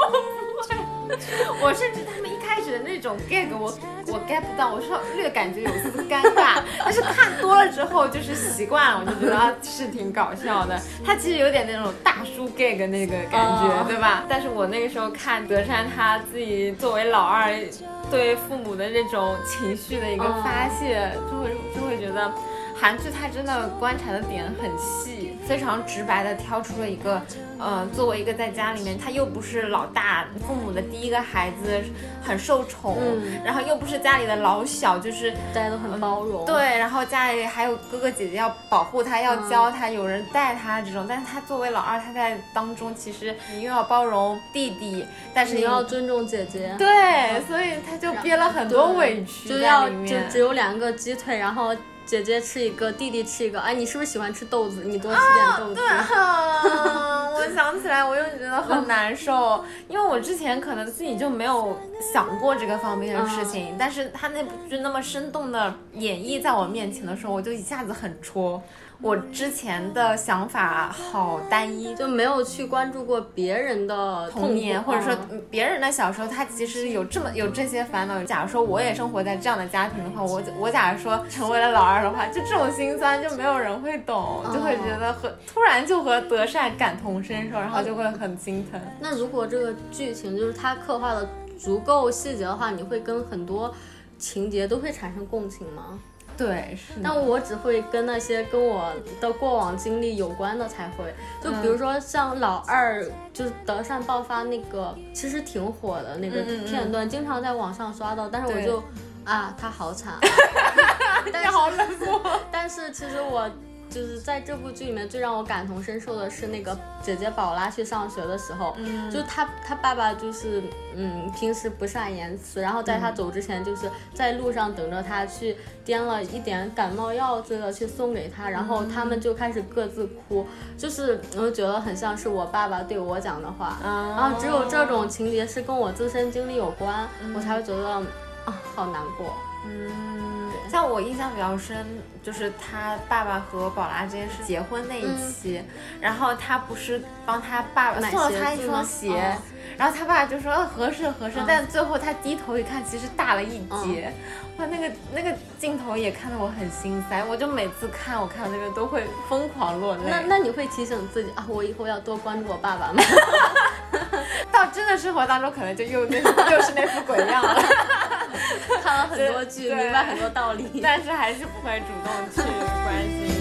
我甚至他们一开始的那种 gag 我 get 不到，我是略感觉有丝尴尬，但是看多了之后就是习惯了，我就觉得是挺搞笑的。他其实有点那种大叔 gag 那个感觉，对吧？但是我那个时候看德善他自己作为老二对父母的这种情绪的一个发泄，就会觉得韩剧它真的观察的点很细，非常直白的挑出了一个作为一个在家里面他又不是老大，父母的第一个孩子，很受宠，然后又不是家里的老小，就是大家都很包容， 对，然后家里还有哥哥姐姐要保护他，要教他，有人带他这种。但是他作为老二，他在当中其实你又要包容弟弟，但是你要尊重姐姐， 对，所以他就憋了很多委屈在里面， 就只有2个鸡腿，然后姐姐吃一个，弟弟吃一个。哎，你是不是喜欢吃豆子？你多吃点豆子。 对，我想起来我又觉得很难受，因为我之前可能自己就没有想过这个方面的事情，但是他那部剧那么生动的演绎在我面前的时候，我就一下子很戳。我之前的想法好单一， 就没有去关注过别人的童年，或者说别人的小时候，他其实有这些烦恼。假如说我也生活在这样的家庭的话，我假如说成为了老二的话，就这种心酸就没有人会懂，就会觉得突然就和德善感同身受，然后就会很心疼。 那如果这个剧情就是他刻画的足够细节的话，你会跟很多情节都会产生共情吗？ 对，是。 但我只会跟那些跟我的过往经历有关的才会，就比如说像老二，就是德善爆发那个，其实挺火的那个片段，经常在网上刷到，但是我就他好惨， 但是好冷漠。 但是其实我就是在这部剧里面最让我感同身受的是那个姐姐宝拉去上学的时候，就是他爸爸就是平时不善言辞，然后在他走之前就是在路上等着他，去掂了一点感冒药之类的去送给他，然后他们就开始各自哭，就是我觉得很像是我爸爸对我讲的话，然后只有这种情节是跟我自身经历有关，我才会觉得好难过。 像我印象比较深，就是他爸爸和宝拉这件事结婚那一期，然后他不是帮他爸爸送了他一双鞋，然后他爸就说合适，但最后他低头一看，其实大了一截。哇，那个镜头也看得我很心塞，我就每次看我看到这个都会疯狂落泪。 那你会提醒自己啊，我以后要多关注我爸爸吗？ 到真的生活当中，可能就又是那副鬼样了。 看了很多剧，明白很多道理， 但是还是不会主动去关心。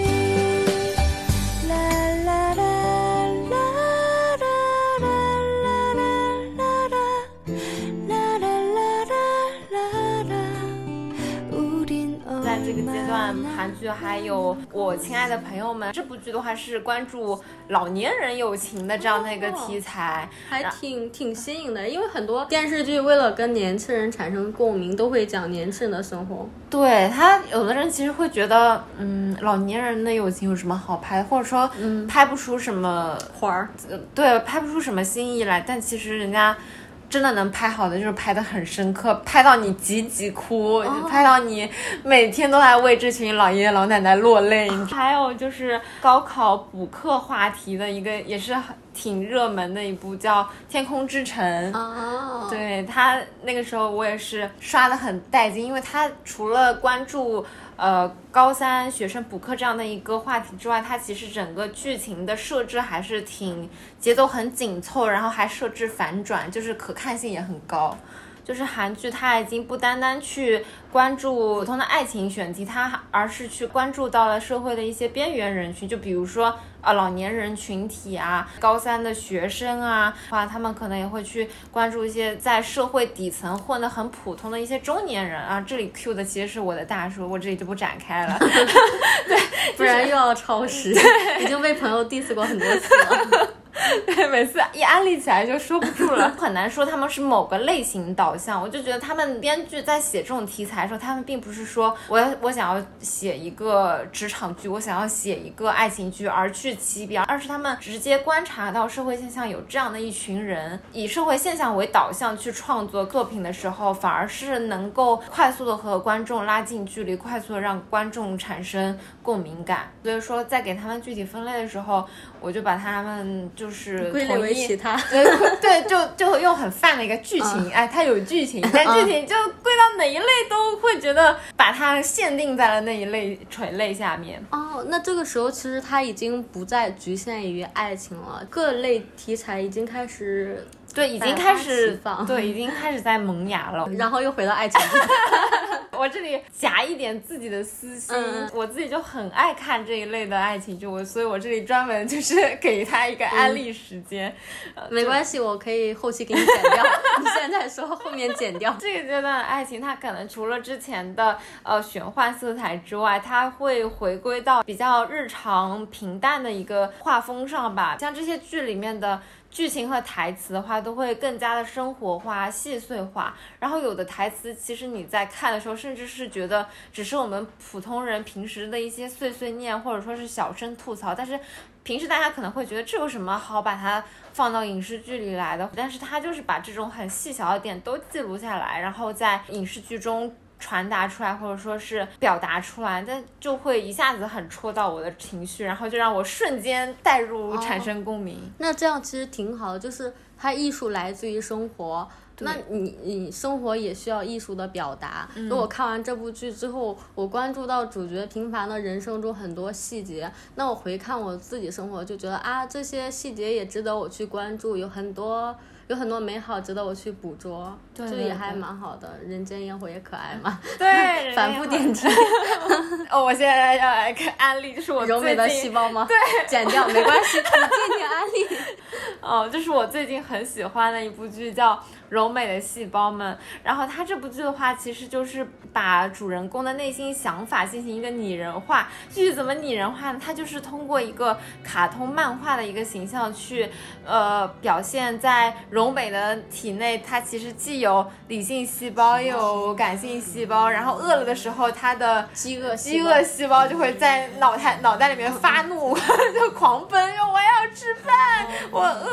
在这个阶段，韩剧还有我亲爱的朋友们这部剧的话是关注老年人友情的这样的一个题材， 还挺新颖的。因为很多电视剧为了跟年轻人产生共鸣，都会讲年轻人的生活。 对，他有的人其实会觉得，老年人的友情有什么好拍的，或者说拍不出什么花儿， 对，拍不出什么新意来。但其实人家真的能拍好的，就是拍得很深刻，拍到你集哭，拍到你每天都在为这群老爷爷老奶奶落泪。还有就是高考补课话题的一个，也是挺热门的一部叫《天空之城》。对，他那个时候我也是刷得很带劲，因为他除了关注高三学生补课这样的一个话题之外，它其实整个剧情的设置还是挺节奏很紧凑，然后还设置反转，就是可看性也很高。就是韩剧它已经不单单去关注普通的爱情选题，它而是去关注到了社会的一些边缘人群，就比如说老年人群体啊，高三的学生啊，他们可能也会去关注一些在社会底层混得很普通的一些中年人啊。这里 Q 的其实是我的大叔，我这里就不展开了。对， 不然又要超时，已经被朋友 diss 过很多次了。 对，每次一安利起来就说不住了，很难说他们是某个类型导向。我就觉得他们编剧在写这种题材的时候，他们并不是说我想要写一个职场剧，我想要写一个爱情剧而去起笔，而是他们直接观察到社会现象有这样的一群人，以社会现象为导向去创作作品的时候，反而是能够快速的和观众拉近距离，快速的让观众产生共鸣感。所以说在给他们具体分类的时候，我就把他们就是归类为其他。 对，就用很泛的一个剧情，它有剧情，但剧情就归到哪一类都会觉得把它限定在了那一类垂类下面。 那这个时候其实它已经不再局限于爱情了，各类题材已经开始。 对，已经开始对，已经开始在萌芽了， 然后又回到爱情剧。 我这里夹一点自己的私心，我自己就很爱看这一类的爱情剧，所以我这里专门就是给他一个安利时间。 没关系，我可以后期给你剪掉。你现在说后面剪掉。 这个阶段的爱情，它可能除了之前的玄幻色彩之外，它会回归到比较日常平淡的一个画风上吧。像这些剧里面的剧情和台词的话都会更加的生活化细碎化，然后有的台词其实你在看的时候甚至是觉得只是我们普通人平时的一些碎碎念或者说是小声吐槽，但是平时大家可能会觉得这有什么好把它放到影视剧里来的，但是他就是把这种很细小的点都记录下来，然后在影视剧中传达出来或者说是表达出来，但就会一下子很戳到我的情绪，然后就让我瞬间带入产生共鸣。 那这样其实挺好的，就是它艺术来自于生活，那你生活也需要艺术的表达。如果看完这部剧之后，我关注到主角平凡的人生中很多细节，那我回看我自己生活就觉得这些细节也值得我去关注，有很多美好值得我去捕捉，这也还蛮好的。人间烟火也可爱嘛， 对， 反复点题。 我现在要来看安利，就是我柔美的细胞吗？ 对， 剪掉没关系，你静静安利。 就是我最近很喜欢的一部剧叫《柔美的细胞们》，然后它这部剧的话其实就是把主人公的内心想法进行一个拟人化。具体怎么拟人化呢？它就是通过一个卡通漫画的一个形象去表现在柔美的体内，它其实既有理性细胞又有感性细胞，然后饿了的时候它的饥饿细胞就会在脑袋里面发怒，就狂奔，说我要吃饭，我饿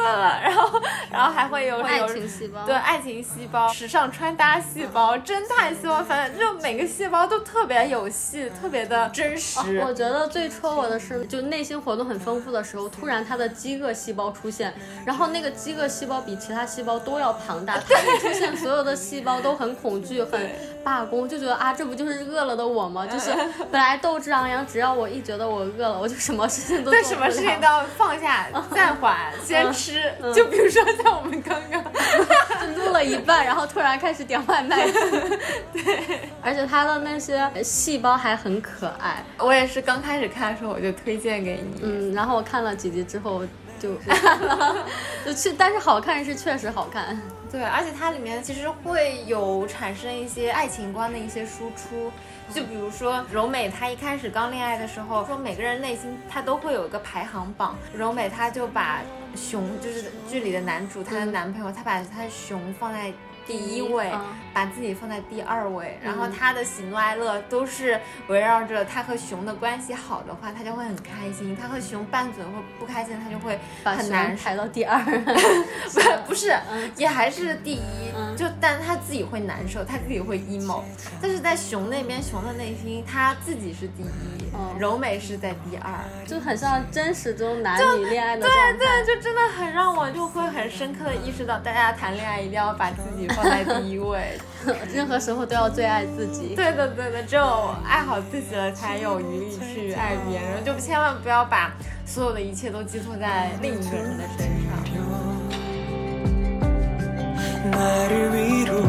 了，然后还会有爱情细胞， 对，爱情细胞、时尚穿搭细胞、侦探细胞，反正就每个细胞都特别有戏，特别的真实。 我觉得最戳我的是，就内心活动很丰富的时候，突然他的饥饿细胞出现，然后那个饥饿细胞比其他细胞都要庞大，它一出现，所有的细胞都很恐惧、很罢工，就觉得啊，这不就是饿了的我吗？就是本来斗志昂扬，只要我一觉得我饿了，我就什么事情都做不了， 对，什么事情都要放下、暂缓、先吃。就比如说像我们刚刚就录了一半，然后突然开始点外卖。对，而且它的那些细胞还很可爱。 我也是刚开始看的时候我就推荐给你， 然后我看了几集之后就但是好看是确实好看。 对，而且它里面其实会有产生一些爱情观的一些输出，就比如说柔美她一开始刚恋爱的时候说每个人内心她都会有一个排行榜，柔美她就把熊，就是剧里的男主她的男朋友，她把他熊放在第一位，把自己放在第二位，然后他的喜怒哀乐都是围绕着他和熊的关系好的话，他就会很开心；他和熊拌嘴或不开心，他就会很难排到第二。 不是，也还是第一，就但他自己会难受，他自己会 emo。但是在熊那边，熊的内心他自己是第一，柔美是在第二， 就很像真实中男女恋爱的状态。 对，就真的很让我就会很深刻的意识到，大家谈恋爱一定要把自己放在第一位， 任何时候都要最爱自己。 对的，只有爱好自己了，才有余力去爱别人，就千万不要把所有的一切都寄托在另一个人的身上。 나를 위로하던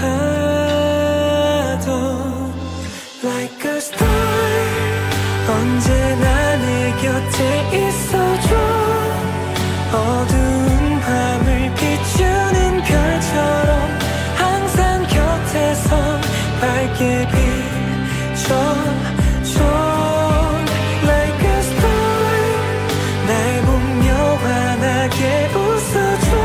Like a star 언제나 내 곁에 있어줘 어두운 밤을 비추는 별처럼 항상 곁에서 밝게 비춰줘 Like a star 날 보며 환하게 웃어줘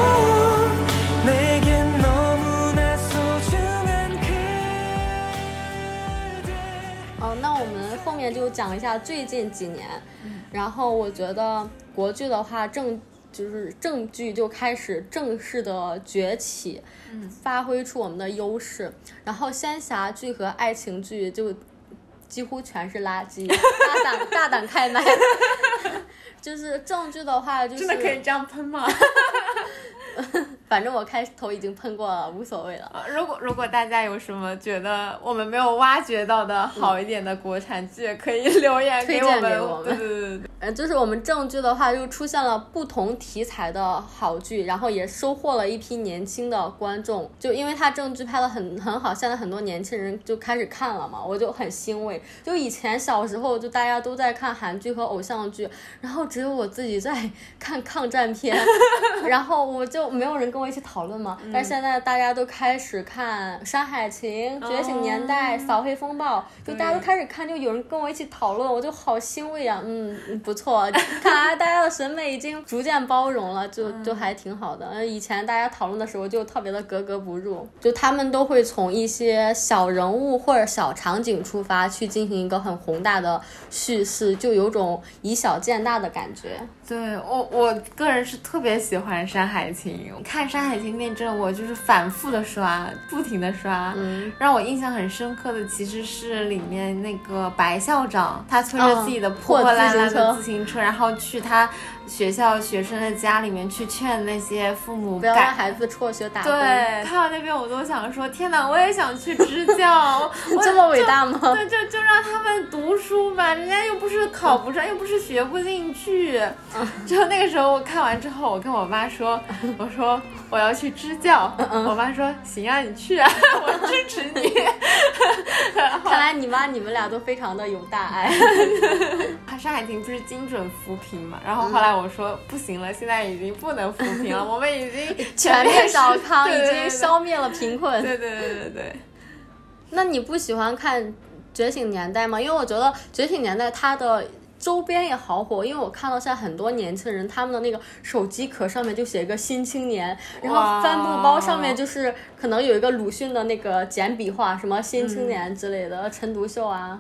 那我们后面就讲一下最近几年，然后我觉得国剧的话正剧就开始正式的崛起，发挥出我们的优势，然后仙侠剧和爱情剧就几乎全是垃圾，大胆开麦。就是正剧的话，就是真的可以这样喷吗？ 反正我开头已经喷过了，无所谓了。 如果大家有什么觉得我们没有挖掘到的好一点的国产剧，可以留言推荐给我们。 对。 就是我们正剧的话，就出现了不同题材的好剧，然后也收获了一批年轻的观众。就因为它正剧拍得很好，现在很多年轻人就开始看了嘛，我就很欣慰。就以前小时候就大家都在看韩剧和偶像剧，然后只有我自己在看抗战片，然后我就没有人跟我一起讨论嘛。但是现在大家都开始看《山海情》、觉醒年代、扫黑风暴，就大家都开始看，就有人跟我一起讨论，我就好欣慰啊。不错，看来大家的审美已经逐渐包容了，就还挺好的。以前大家讨论的时候就特别的格格不入，就他们都会从一些小人物或者小场景出发去进行一个很宏大的叙事，就有种以小见大的感觉。 对，我个人是特别喜欢《山海情》，看《山海情》那阵我就是反复的刷，不停的刷。让我印象很深刻的其实是里面那个白校长，他推着自己的破破烂烂的自行车，然后去他学校学生的家里面去劝那些父母不要让孩子辍学打工。 对，看到那边我都想说，天哪，我也想去支教。 这么伟大吗？ 对，就让他们读书吧，人家又不是考不上，又不是学不进去。之后那个时候我看完之后，我跟我妈说，我说我要去支教。我妈说行啊，你去啊，我支持你。 看来你妈你们俩都非常的有大爱。 山海情不是精准扶贫嘛，然后后来我说不行了，现在已经不能扶贫了，我们已经全面小康，已经消灭了贫困。 对。 那你不喜欢看《觉醒年代》吗？因为我觉得《觉醒年代》它的周边也好火，因为我看到现在很多年轻人他们的那个手机壳上面就写一个新青年，然后帆布包上面就是可能有一个鲁迅的那个简笔画，什么新青年之类的，陈独秀啊。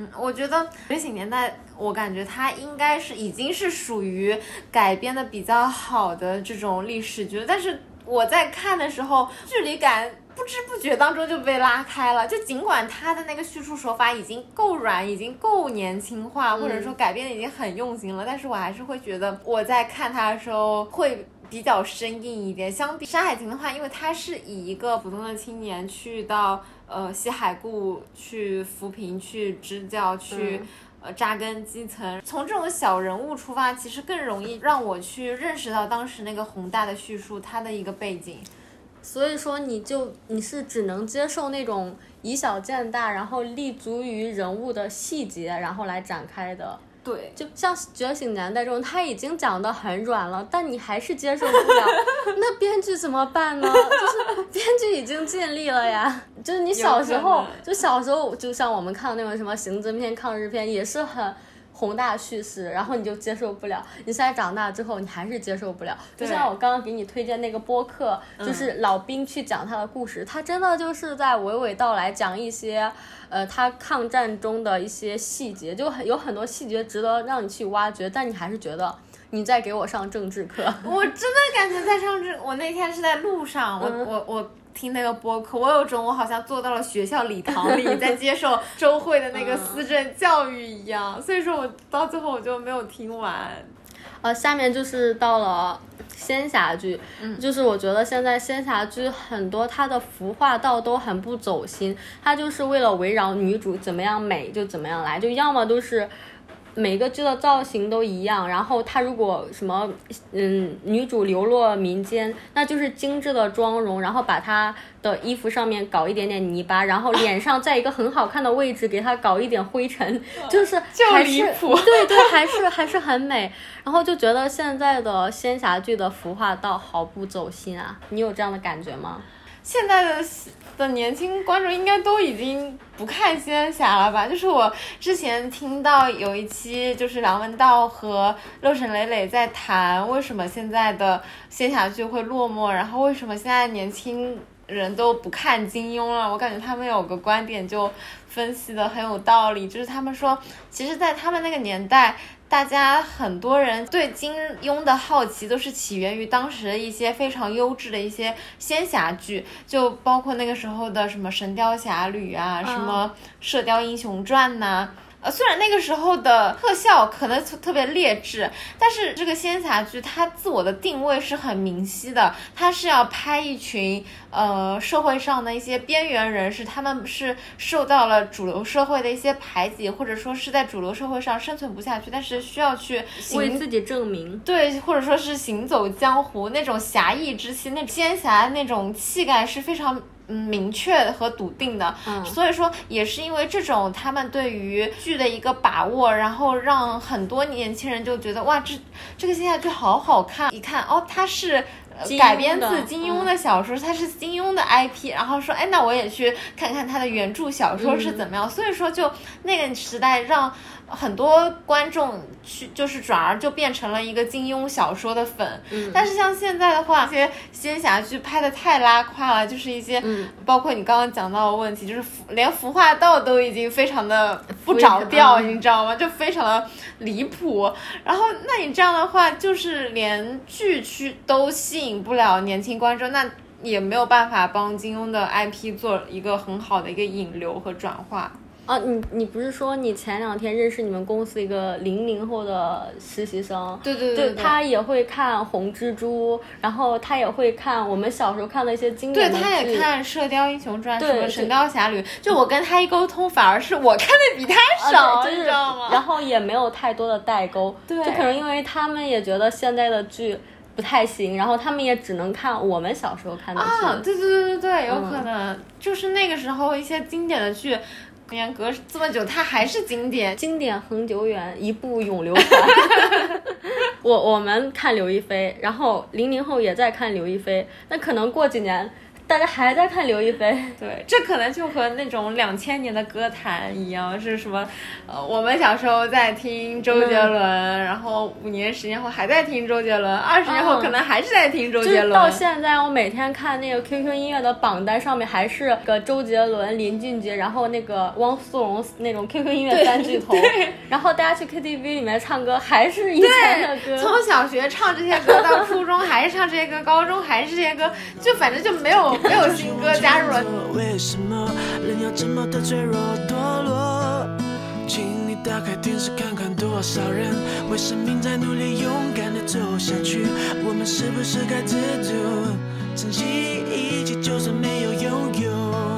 我觉得《觉醒年代》，我感觉它应该是已经是属于改编的比较好的这种历史剧，但是我在看的时候，距离感不知不觉当中就被拉开了。就尽管它的那个叙述手法已经够软，已经够年轻化，或者说改编的已经很用心了，但是我还是会觉得我在看它的时候会比较生硬一点。相比《山海经》的话，因为它是以一个普通的青年去到西海固去扶贫、去支教、去扎根基层，从这种小人物出发，其实更容易让我去认识到当时那个宏大的叙述它的一个背景。 所以说你是只能接受那种以小见大，然后立足于人物的细节，然后来展开的。 对， 就像《觉醒年代》这种，他已经讲得很软了，但你还是接受不了，那编剧怎么办呢？就是编剧已经尽力了呀。就是你小时候，就像我们看的那种什么刑侦片、抗日片，也是很宏大叙事，然后你就接受不了。你现在长大之后，你还是接受不了。就像我刚刚给你推荐那个播客，就是老兵去讲他的故事，他真的就是在娓娓道来讲一些他抗战中的一些细节，就有很多细节值得让你去挖掘，但你还是觉得你在给我上政治课。 我真的感觉在上我那天是在路上，我听那个播客，我有种我好像坐到了学校礼堂里，在接受周慧的那个思政教育一样，所以说我到最后我就没有听完。 下面就是到了仙侠剧，就是我觉得现在仙侠剧很多它的服化道都很不走心，它就是为了围绕女主怎么样美就怎么样来，就要么都是每个剧的造型都一样，然后她如果什么女主流落民间，那就是精致的妆容，然后把她的衣服上面搞一点点泥巴，然后脸上在一个很好看的位置给她搞一点灰尘，就是还是就离谱。 对，还是很美。然后就觉得现在的仙侠剧的服化道毫不走心啊，你有这样的感觉吗？ 现在的年轻观众应该都已经不看仙侠了吧？就是我之前听到有一期，就是梁文道和陆沈磊磊在谈为什么现在的仙侠剧会落寞，然后为什么现在年轻人都不看金庸了。我感觉他们有个观点就分析的很有道理，就是他们说其实在他们那个年代，大家很多人对金庸的好奇都是起源于当时的一些非常优质的一些仙侠剧，就包括那个时候的什么神雕侠侣啊，什么射雕英雄传呐。虽然那个时候的特效可能特别劣质，但是这个仙侠剧它自我的定位是很明晰的，它是要拍一群社会上的一些边缘人士，他们是受到了主流社会的一些排挤，或者说是在主流社会上生存不下去，但是需要去为自己证明， 对，或者说是行走江湖，那种侠义之气，那仙侠那种气概是非常明确和笃定的。所以说也是因为这种他们对于剧的一个把握，然后让很多年轻人就觉得哇，这个仙侠剧好好看，一看哦，它是改编自金庸的小说，它是金庸的 IP， 然后说哎，那我也去看看它的原著小说是怎么样。所以说就那个时代让很多观众去就是转而就变成了一个金庸小说的粉。但是像现在的话，一些仙侠剧拍的太拉胯了，就是一些包括你刚刚讲到的问题，就是连服化道都已经非常的不着调，你知道吗？就非常的离谱。然后那你这样的话，就是连剧都吸引不了年轻观众，那也没有办法帮金庸的 IP 做一个很好的一个引流和转化。 你不是说你前2天认识你们公司一个00后的实习生？ 对， 他也会看红蜘蛛，然后他也会看我们小时候看的一些经典的剧， 对，他也看射雕英雄传，什么神雕侠侣。就我跟他一沟通，反而是我看的比他少，你知道吗？ 然后也没有太多的代沟， 对， 就可能因为他们也觉得现在的剧不太行，然后他们也只能看我们小时候看的剧。 对，有可能就是那个时候一些经典的剧。隔这么久，它还是经典， 经典恒久远，一部永流传。我们看刘亦菲，然后00后也在看刘亦菲，那可能过几年大家还在看刘亦菲。 对，这可能就和那种2000年的歌坛一样，是什么？我们小时候在听周杰伦，然后5年10年后还在听周杰伦，20年后可能还是在听周杰伦。 到现在，我每天看那个 QQ 音乐的榜单上面还是个周杰伦、林俊杰，然后那个汪苏泷那种 QQ 音乐3巨头。然后大家去 KTV 里面唱歌还是以前的歌， 从小学唱这些歌到初中还是唱这些歌，高中还是这些歌，就反正就没有新歌加入了。 为什么人要这么的脆弱堕落？请你打开电视看看多少人为生命在努力勇敢的走下去，我们是不是该知足，珍惜一切就算没有拥有。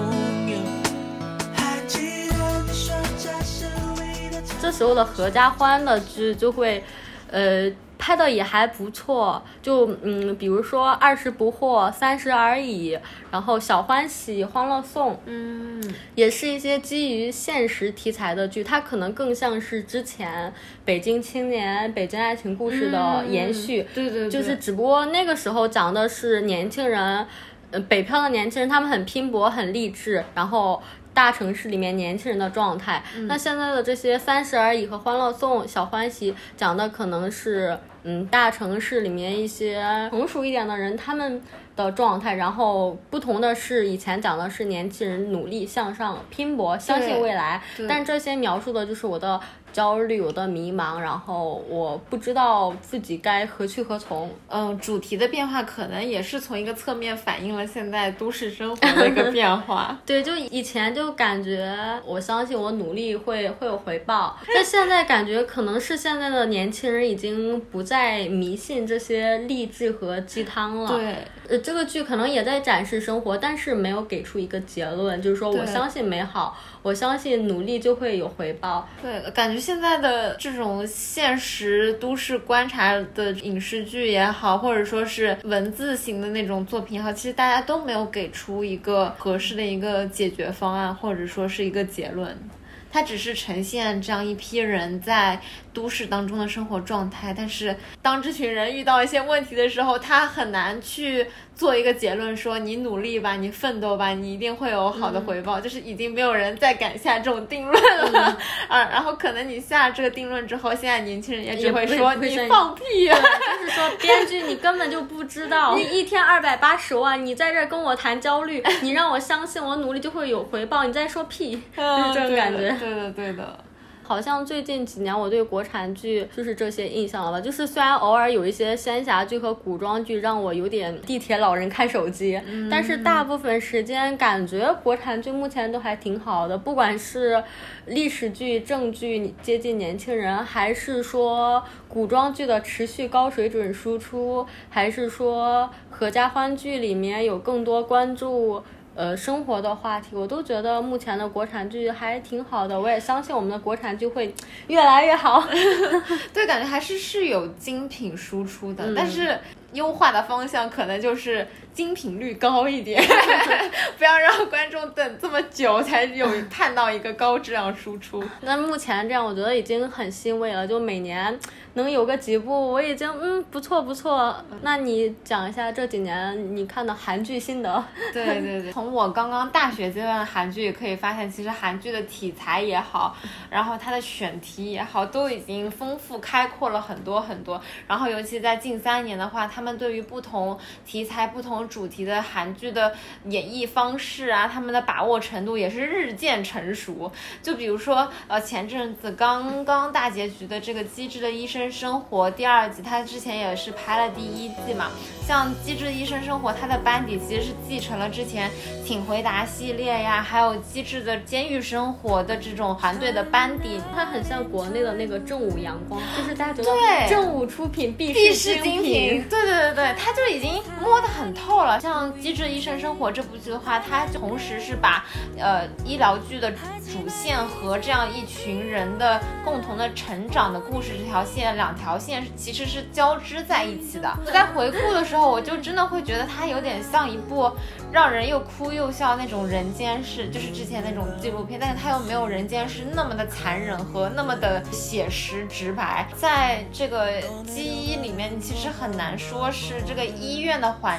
还记得你说这是唯一的。 这时候的合家欢的剧就会拍的也还不错，就比如说20不惑、30而已，然后小欢喜、欢乐颂，也是一些基于现实题材的剧，它可能更像是之前北京青年、北京爱情故事的延续， 对， 就是只不过那个时候讲的是年轻人，北漂的年轻人，他们很拼搏、很励志，然后大城市里面年轻人的状态。那现在的这些30而已和欢乐颂、小欢喜讲的可能是大城市里面一些成熟一点的人他们的状态，然后不同的是以前讲的是年轻人努力向上、拼搏、相信未来，但这些描述的就是我的焦虑，我的迷茫，然后我不知道自己该何去何从。 主题的变化可能也是从一个侧面反映了现在都市生活的一个变化。 对，就以前就感觉我相信我努力会有回报，但现在感觉可能是现在的年轻人已经不再迷信这些励志和鸡汤了。 对， 这个剧可能也在展示生活，但是没有给出一个结论，就是说我相信美好，我相信努力就会有回报。 对，感觉现在的这种现实都市观察的影视剧也好，或者说是文字型的那种作品也好，其实大家都没有给出一个合适的一个解决方案，或者说是一个结论。它只是呈现这样一批人在都市当中的生活状态，但是当这群人遇到一些问题的时候，他很难去做一个结论说你努力吧，你奋斗吧，你一定会有好的回报，就是已经没有人再敢下这种定论了。然后可能你下这个定论之后，现在年轻人也只会说你放屁啊， 就是说编剧你根本就不知道，你一天280万，你在这跟我谈焦虑，你让我相信我努力就会有回报，你在说屁，就是这种感觉。 对的。 好像最近几年我对国产剧就是这些印象了吧，就是虽然偶尔有一些仙侠剧和古装剧让我有点地铁老人看手机，但是大部分时间感觉国产剧目前都还挺好的，不管是历史剧、正剧接近年轻人，还是说古装剧的持续高水准输出，还是说合家欢剧里面有更多关注生活的话题，我都觉得目前的国产剧还挺好的，我也相信我们的国产剧会越来越好。 对，感觉还是有精品输出的，但是优化的方向可能就是精品率高一点，不要让观众等这么久才有看到一个高质量输出。 那目前这样我觉得已经很欣慰了，就每年能有个几部我已经不错。那你讲一下这几年你看的韩剧心得。 对，从我刚刚大学阶段的韩剧也可以发现，其实韩剧的题材也好，然后它的选题也好，都已经丰富开阔了很多。然后尤其在近3年的话，他们对于不同题材不同主题的韩剧的演绎方式啊，他们的把握程度也是日渐成熟。就比如说前阵子刚刚大结局的这个《机智的医生生活》第2季，它之前也是拍了第1季嘛。像《机智的医生生活》，它的班底其实是继承了之前请回答系列呀，还有机智的监狱生活的这种团队的班底， 它很像国内的那个正午阳光，就是大家觉得正午出品必是精品。 对，它就已经摸得很透了。像《机智医生生活》这部剧的话，它同时是把医疗剧的主线和这样一群人的共同的成长的故事这条线2条线其实是交织在一起的。在回顾的时候，我就真的会觉得它有点像一部让人又哭又笑那种人间世，就是之前那种纪录片，但是它又没有人间世那么的残忍和那么的写实直白。在这个机医里面，你其实很难说是这个医院的环境，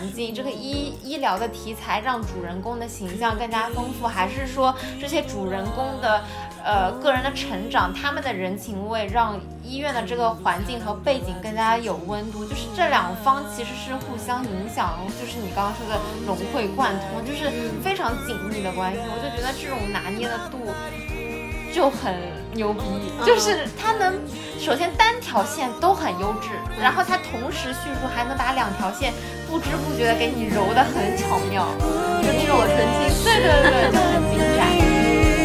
这个医疗的题材让主人公的形象更加丰富，还是说这些主人公的个人的成长，他们的人情味让医院的这个环境和背景更加有温度？就是这两方其实是互相影响，就是你刚刚说的融会贯通，就是非常紧密的关系。我就觉得这种拿捏的度就很牛逼，就是它能首先单条线都很优质，然后它同时叙述还能把两条线不知不觉的给你揉得很巧妙，就这种神经，对对对，就很精湛。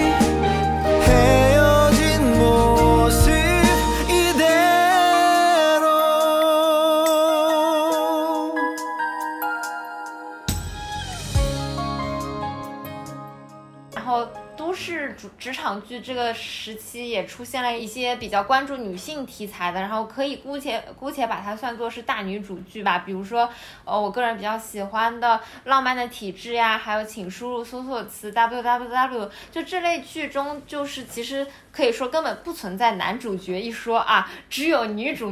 然后都市职场剧这个时期也出现了一些比较关注女性题材的，然后可以姑且把它算作是大女主剧吧。比如说我个人比较喜欢的《浪漫的体质》呀，还有请输入搜索词 www， 就这类剧中就是其实可以说根本不存在男主角一说啊，只有女主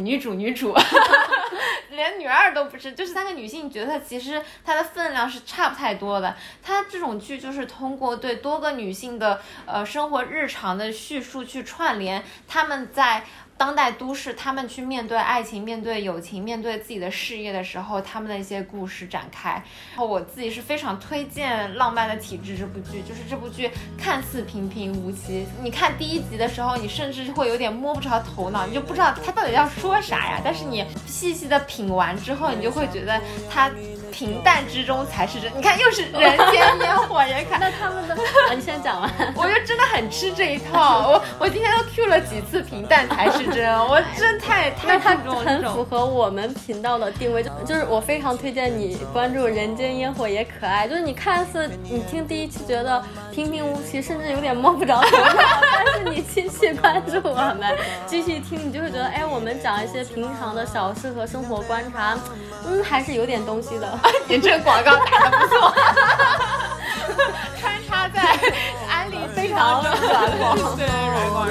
连女二都不是，就是三个女性角色其实它的分量是差不太多的。它这种剧就是通过对多个女性的生活日常的叙述去串联，她们在当代都市，他们去面对爱情、面对友情、面对自己的事业的时候，他们的一些故事展开。然后我自己是非常推荐《浪漫的体质》这部剧，就是这部剧看似平平无奇，你看第一集的时候，你甚至会有点摸不着头脑，你就不知道他到底要说啥呀。但是你细细的品完之后，你就会觉得他平淡之中才是真。你看，又是人间烟火也看。 那他们的，你先讲完。 我就真的很吃这一套，我今天都 Q 了几次平淡才是真，我真太注重很符合我们频道的定位，就是我非常推荐你关注人间烟火也可爱，就是你看似你听第一期觉得平平无奇，甚至有点摸不着头脑，但是你继续关注我们，继续听，你就会觉得哎，我们讲一些平常的小事和生活观察，还是有点东西的。 你这广告打得不错。穿插在安利非常软广，对软广。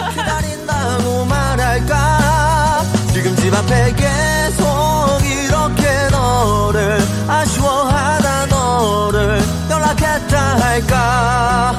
지금 집 앞에 계속 이렇게 너를 아쉬워하다 너를 연락했다 할까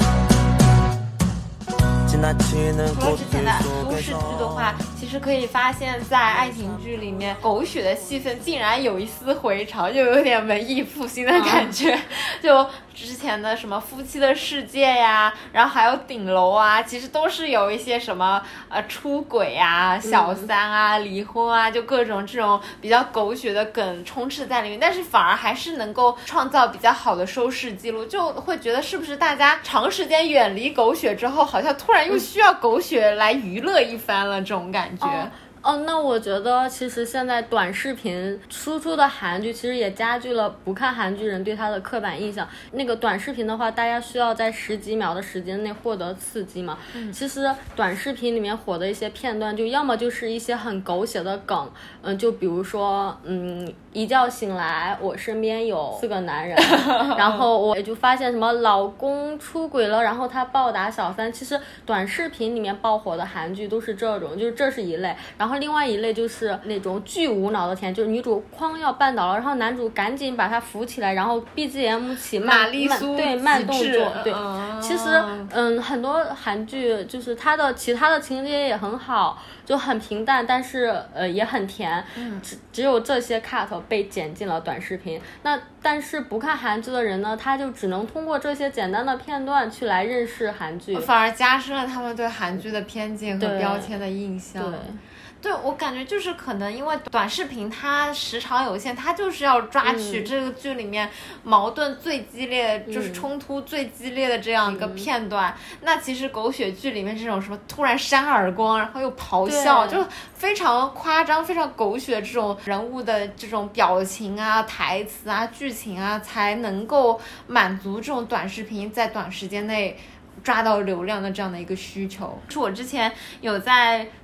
除了之前的都市剧的话，其实可以发现在爱情剧里面狗血的戏份竟然有一丝回潮，就有点文艺复兴的感觉。就之前的什么夫妻的世界呀，然后还有顶楼啊，其实都是有一些什么出轨啊、小三啊、离婚啊，就各种这种比较狗血的梗充斥在里面，但是反而还是能够创造比较好的收视记录，就会觉得是不是大家长时间远离狗血之后，好像突然又需要狗血来娱乐一番了，这种感觉。 那我觉得其实现在短视频输出的韩剧其实也加剧了不看韩剧人对它的刻板印象。那个短视频的话，大家需要在10几秒的时间内获得刺激嘛。其实短视频里面火的一些片段，就要么就是一些很狗血的梗，就比如说一觉醒来我身边有4个男人，然后我也就发现什么老公出轨了，然后他暴打小三。其实短视频里面爆火的韩剧都是这种，就是这是一类。然后另外一类就是那种巨无脑的甜，就是女主哐要绊倒了，然后男主赶紧把她扶起来，然后 BGM 起慢动作。对，其实很多韩剧就是它的其他的情节也很好，就很平淡，但是也很甜。只有这些 cut 被剪进了短视频。那但是不看韩剧的人呢，他就只能通过这些简单的片段去来认识韩剧， 反而加深了他们对韩剧的偏见和标签的印象。对，我感觉就是可能因为短视频它时长有限，它就是要抓取这个剧里面矛盾最激烈的，就是冲突最激烈的这样一个片段。那其实狗血剧里面这种什么突然扇耳光，然后又咆哮，就非常夸张、非常狗血这种人物的这种表情啊、台词啊、剧情啊，才能够满足这种短视频在短时间内抓到流量的这样的一个需求。是我之前有在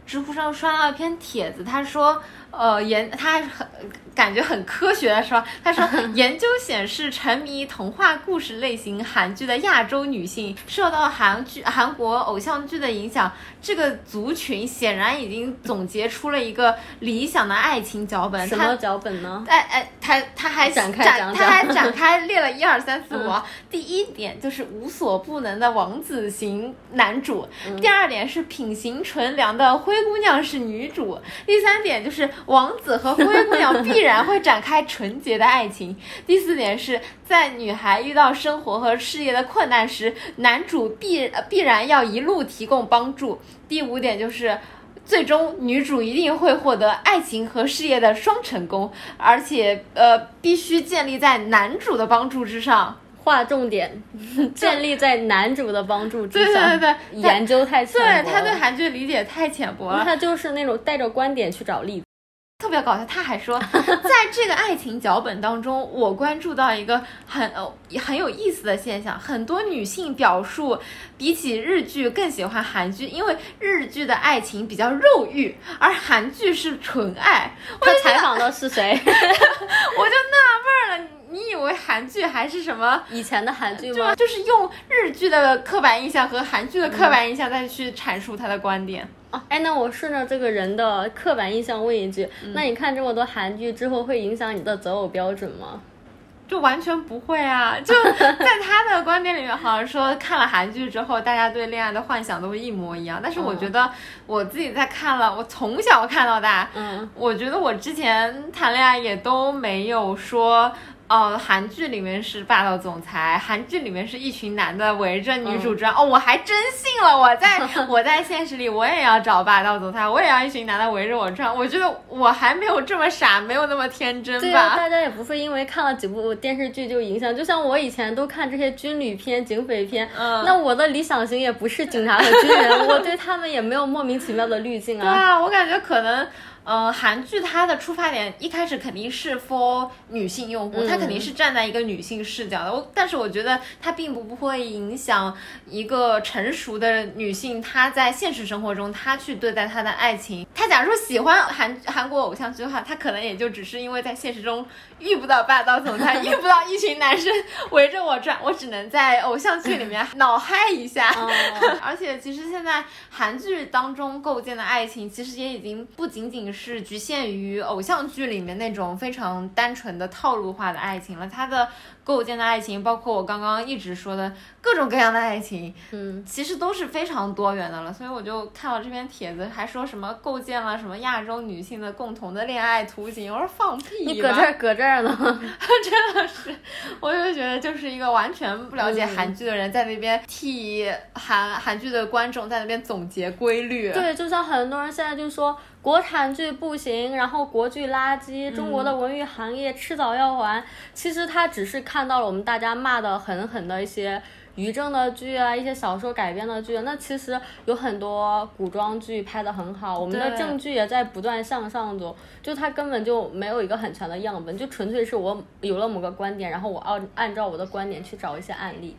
知乎上刷到一篇帖子，他说他感觉很科学的说，他说研究显示，沉迷童话故事类型韩剧的亚洲女性受到韩国偶像剧的影响，这个族群显然已经总结出了一个理想的爱情脚本。 什么脚本呢？ 他还展开列了1、2、3、4、5。第一点就是无所不能的王子型男主，第二点是品行纯良的灰姑娘是女主，第三点就是王子和灰姑娘必然会展开纯洁的爱情，第4点是在女孩遇到生活和事业的困难时，男主必然要一路提供帮助，第5点就是最终女主一定会获得爱情和事业的双成功，而且必须建立在男主的帮助之上。 划重点，建立在男主的帮助之上。 对， 研究太浅薄了。 对，他对韩剧理解太浅薄了。 他就是那种带着观点去找例子。 特别搞笑，他还说，在这个爱情脚本当中，我关注到一个很有意思的现象，很多女性表述比起日剧更喜欢韩剧，因为日剧的爱情比较肉欲，而韩剧是纯爱。 他采访的是谁？ 我就纳闷了。你以为韩剧还是什么以前的韩剧吗？ 就是用日剧的刻板印象和韩剧的刻板印象再去阐述他的观点。 那我顺着这个人的刻板印象问一句，那你看这么多韩剧之后会影响你的择偶标准吗？ 就完全不会啊！就在他的观点里面，好像说看了韩剧之后，大家对恋爱的幻想都一模一样。但是我觉得我自己在看了，我从小看到大，我觉得我之前谈恋爱也都没有说。韩剧里面是霸道总裁，韩剧里面是一群男的围着女主转。我还真信了，我在现实里我也要找霸道总裁，我也要一群男的围着我转。我觉得我还没有这么傻，没有那么天真吧。 对啊，大家也不会因为看了几部电视剧就影响。就像我以前都看这些军旅片、警匪片，那我的理想型也不是警察和军人，我对他们也没有莫名其妙的滤镜啊。 对啊，我感觉可能。韩剧它的出发点一开始肯定是 for 女性用户，它肯定是站在一个女性视角的。但是我觉得它并不会影响一个成熟的女性，她在现实生活中她去对待她的爱情。她假如说喜欢韩国偶像剧的话，她可能也就只是因为在现实中遇不到霸道总裁，遇不到一群男生围着我转，我只能在偶像剧里面脑嗨一下。而且其实现在韩剧当中构建的爱情，其实也已经不仅仅是局限于偶像剧里面那种非常单纯的套路化的爱情了，它的构建的爱情，包括我刚刚一直说的各种各样的爱情，其实都是非常多元的了。所以我就看到这篇帖子还说什么构建了什么亚洲女性的共同的恋爱图景，我说放屁吧， 你搁这儿呢真的是，我就觉得就是一个完全不了解韩剧的人在那边替韩剧的观众在那边总结规律。 对，就像很多人现在就说国产剧不行，然后国剧垃圾，中国的文娱行业迟早要完。其实他只是看到了我们大家骂的很狠的一些于正的剧啊，一些小说改编的剧，那其实有很多古装剧拍得很好，我们的正剧也在不断向上走，就它根本就没有一个很强的样本，就纯粹是我有了某个观点，然后我按照我的观点去找一些案例。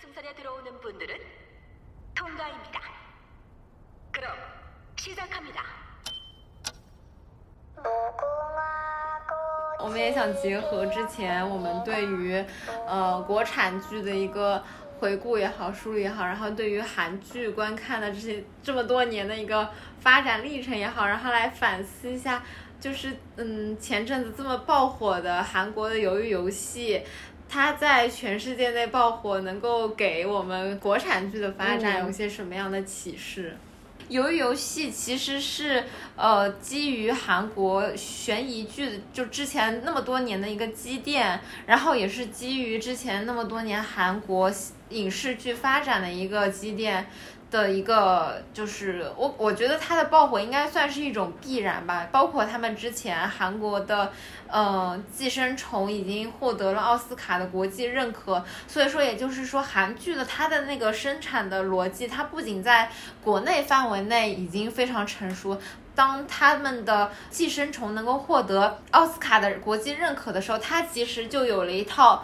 我们也想结合之前我们对于国产剧的一个回顾也好，梳理也好，然后对于韩剧观看的这么多年的一个发展历程也好，然后来反思一下，就是前阵子这么爆火的韩国的鱿鱼游戏，它在全世界内爆火，能够给我们国产剧的发展有些什么样的启示？鱿鱼游戏其实是基于韩国悬疑剧就之前那么多年的一个积淀，然后也是基于之前那么多年韩国影视剧发展的一个积淀的一个，就是我觉得它的爆火应该算是一种必然吧。包括他们之前韩国的寄生虫已经获得了奥斯卡的国际认可，所以说也就是说韩剧的它的那个生产的逻辑，它不仅在国内范围内已经非常成熟，当他们的寄生虫能够获得奥斯卡的国际认可的时候，它其实就有了一套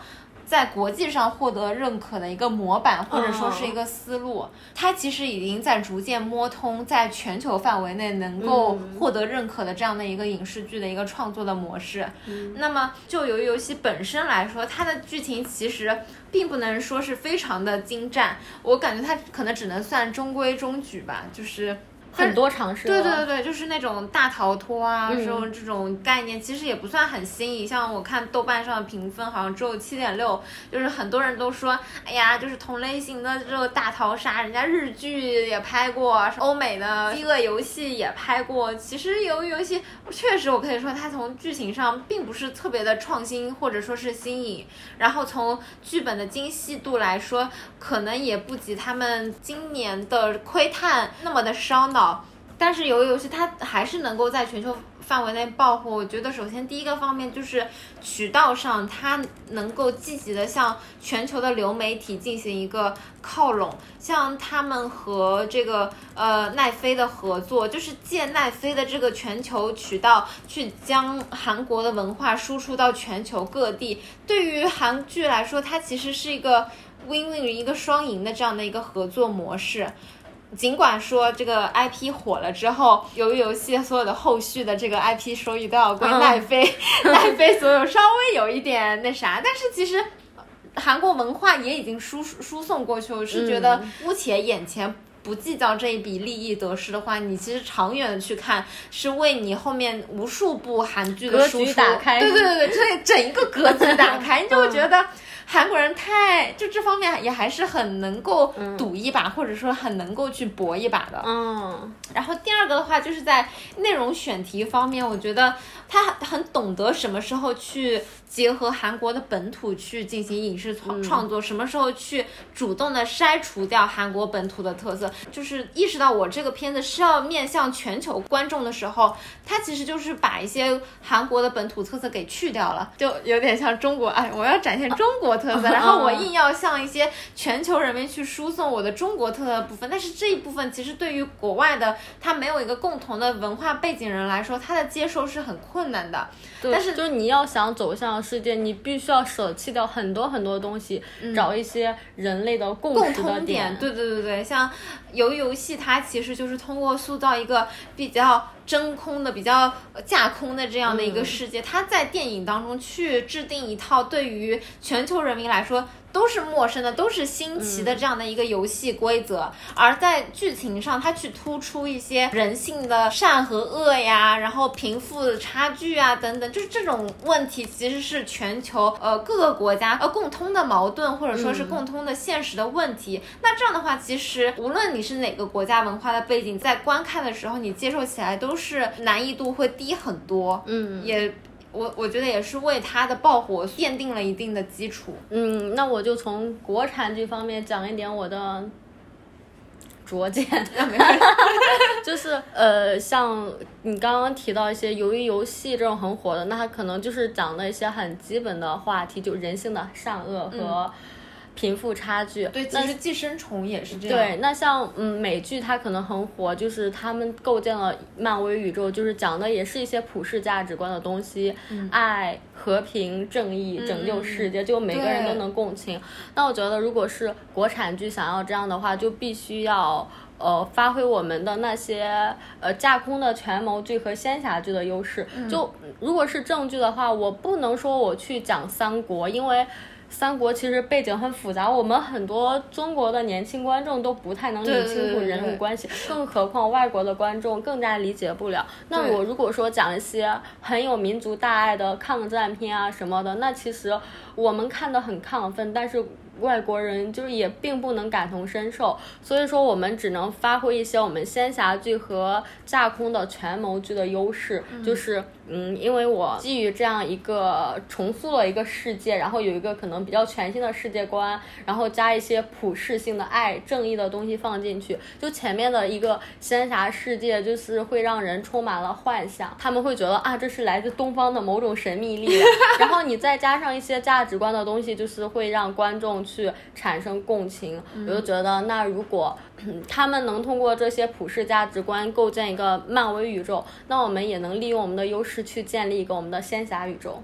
在国际上获得认可的一个模板，或者说是一个思路。它其实已经在逐渐摸通在全球范围内能够获得认可的这样的一个影视剧的一个创作的模式。那么就由于游戏本身来说，它的剧情其实并不能说是非常的精湛，我感觉它可能只能算中规中矩吧，就是很多尝试。 对，就是那种大逃脱啊，这种概念其实也不算很新颖。像我看豆瓣上的评分好像只有7.6，就是很多人都说，哎呀，就是同类型的这个大逃杀，人家日剧也拍过，欧美的饥饿游戏也拍过。其实鱿鱼游戏确实我可以说它从剧情上并不是特别的创新或者说是新颖，然后从剧本的精细度来说，可能也不及他们今年的窥探那么的烧脑。但是鱿鱼游戏它还是能够在全球范围内爆火。我觉得首先第一个方面就是渠道上，它能够积极的向全球的流媒体进行一个靠拢，像他们和这个奈飞的合作，就是借奈飞的这个全球渠道去将韩国的文化输出到全球各地。对于韩剧来说，它其实是一个 win-win 一个双赢的这样的一个合作模式。尽管说这个 IP 火了之后，鱿鱼游戏所有的后续的这个 IP 收益都要归奈飞，奈飞所有稍微有一点那啥，但是其实韩国文化也已经输送过去。我是觉得姑且眼前不计较这一笔利益得失的话，你其实长远的去看，是为你后面无数部韩剧的输出打开。 对，这整一个格局打开，你就会觉得韩国人就这方面也还是很能够赌一把，或者说很能够去搏一把的。然后第二个的话，就是在内容选题方面，我觉得他很懂得什么时候去结合韩国的本土去进行影视创作，什么时候去主动的筛除掉韩国本土的特色，就是意识到我这个片子是要面向全球观众的时候，他其实就是把一些韩国的本土特色给去掉了，就有点像中国，我要展现中国特色，然后我硬要向一些全球人民去输送我的中国特色的部分。但是这一部分其实对于国外的他没有一个共同的文化背景人来说，他的接受是很困难的。 对，但是就是你要想走向世界，你必须要舍弃掉很多很多东西，找一些人类的共识的点。 对，像鱿鱼游戏它其实就是通过塑造一个比较真空的、比较架空的这样的一个世界，它在电影当中去制定一套对于全球人民来说都是陌生的、都是新奇的这样的一个游戏规则，而在剧情上它去突出一些人性的善和恶呀，然后贫富的差距啊等等，就是这种问题其实是全球各个国家共通的矛盾，或者说是共通的现实的问题。那这样的话，其实无论你是哪个国家文化的背景，在观看的时候你接受起来都是难易度会低很多。我觉得也是为它的爆火奠定了一定的基础。 那我就从国产剧方面讲一点我的拙见。就是像你刚刚提到一些鱿鱼游戏这种很火的，那它可能就是讲的一些很基本的话题，就人性的善恶和贫富差距。 对，其实寄生虫也是这样。 对，那像美剧它可能很火，就是他们构建了漫威宇宙，就是讲的也是一些普世价值观的东西，爱、和平、正义、拯救世界，就每个人都能共情。那我觉得如果是国产剧想要这样的话，就必须要发挥我们的那些架空的权谋剧和仙侠剧的优势。就如果是正剧的话，我不能说我去讲三国，因为三国其实背景很复杂，我们很多中国的年轻观众都不太能理清楚人物关系，更何况外国的观众更加理解不了。那我如果说讲一些很有民族大爱的抗战片啊什么的，那其实我们看得很亢奋，但是外国人就是也并不能感同身受，所以说我们只能发挥一些我们仙侠剧和架空的权谋剧的优势，就是因为我基于这样一个重塑了一个世界，然后有一个可能比较全新的世界观，然后加一些普世性的爱、正义的东西放进去，就前面的一个仙侠世界就是会让人充满了幻想，他们会觉得这是来自东方的某种神秘力量，然后你再加上一些价值观的东西，就是会让观众去产生共情。我就觉得那如果他们能通过这些普世价值观构建一个漫威宇宙，那我们也能利用我们的优势去建立一个我们的仙侠宇宙。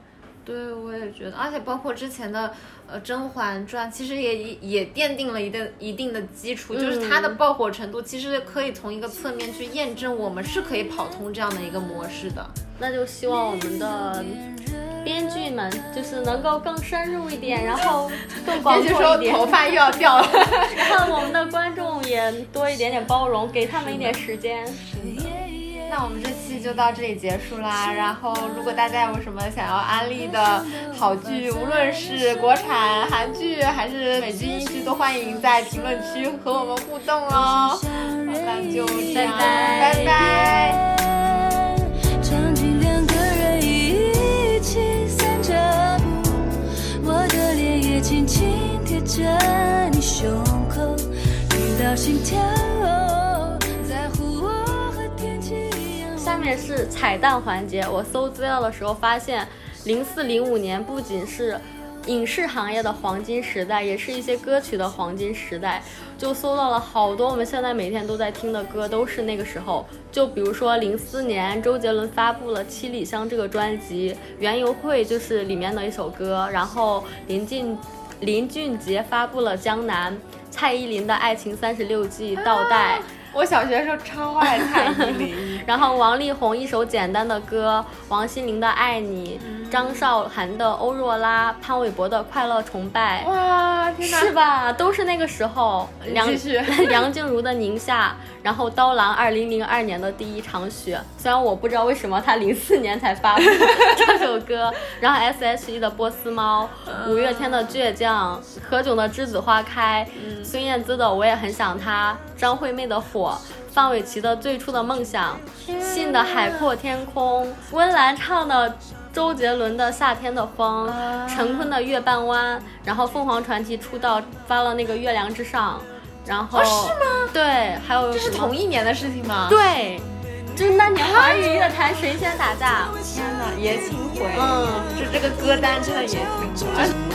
对，我也觉得，而且包括之前的《甄嬛传》，其实也奠定了一定的基础，就是它的爆火程度，其实可以从一个侧面去验证我们是可以跑通这样的一个模式的。 那就希望我们的编剧们就是能够更深入一点，然后更广阔一点。 说头发又要掉了， 然后我们的观众也多一点点包容，给他们一点时间。 那我们这期就到这里结束啦。然后，如果大家有什么想要安利的好剧，无论是国产、韩剧还是美剧、英剧，都欢迎在评论区和我们互动哦。那就这样，拜拜。 场景两个人一起散着步，我的脸也轻轻贴着你胸口，听到心跳。 下面是彩蛋环节，我搜资料的时候发现04-05年不仅是影视行业的黄金时代，也是一些歌曲的黄金时代，就搜到了好多我们现在每天都在听的歌都是那个时候。就比如说04年周杰伦发布了《七里香》这个专辑，园游会就是里面的一首歌，然后林俊杰发布了《江南》，蔡依林的《爱情36计》倒带。 我小学的时候超爱蔡依林然后王力宏一首简单的歌，王心凌的爱你，张韶涵的欧若拉，潘玮柏的快乐崇拜。 哇，天哪， 是吧？都是那个时候。梁静茹的宁夏，然后刀郎2002年的第一场雪，虽然我不知道为什么他04年才发布这首歌。然后 S.H.E 的波斯猫，五月天的倔强，何炅的栀子花开，孙燕姿的我也很想他，张惠妹的火，范玮琪的最初的梦想，信的海阔天空，温岚唱的周杰伦的夏天的风，陈坤的月半弯，然后凤凰传奇出道发了那个月亮之上，然后是吗？ 对，还有这是同一年的事情吗？ 对，就是那年华语乐坛神仙打架。 天哪，爷青回，这个歌单真的爷青回。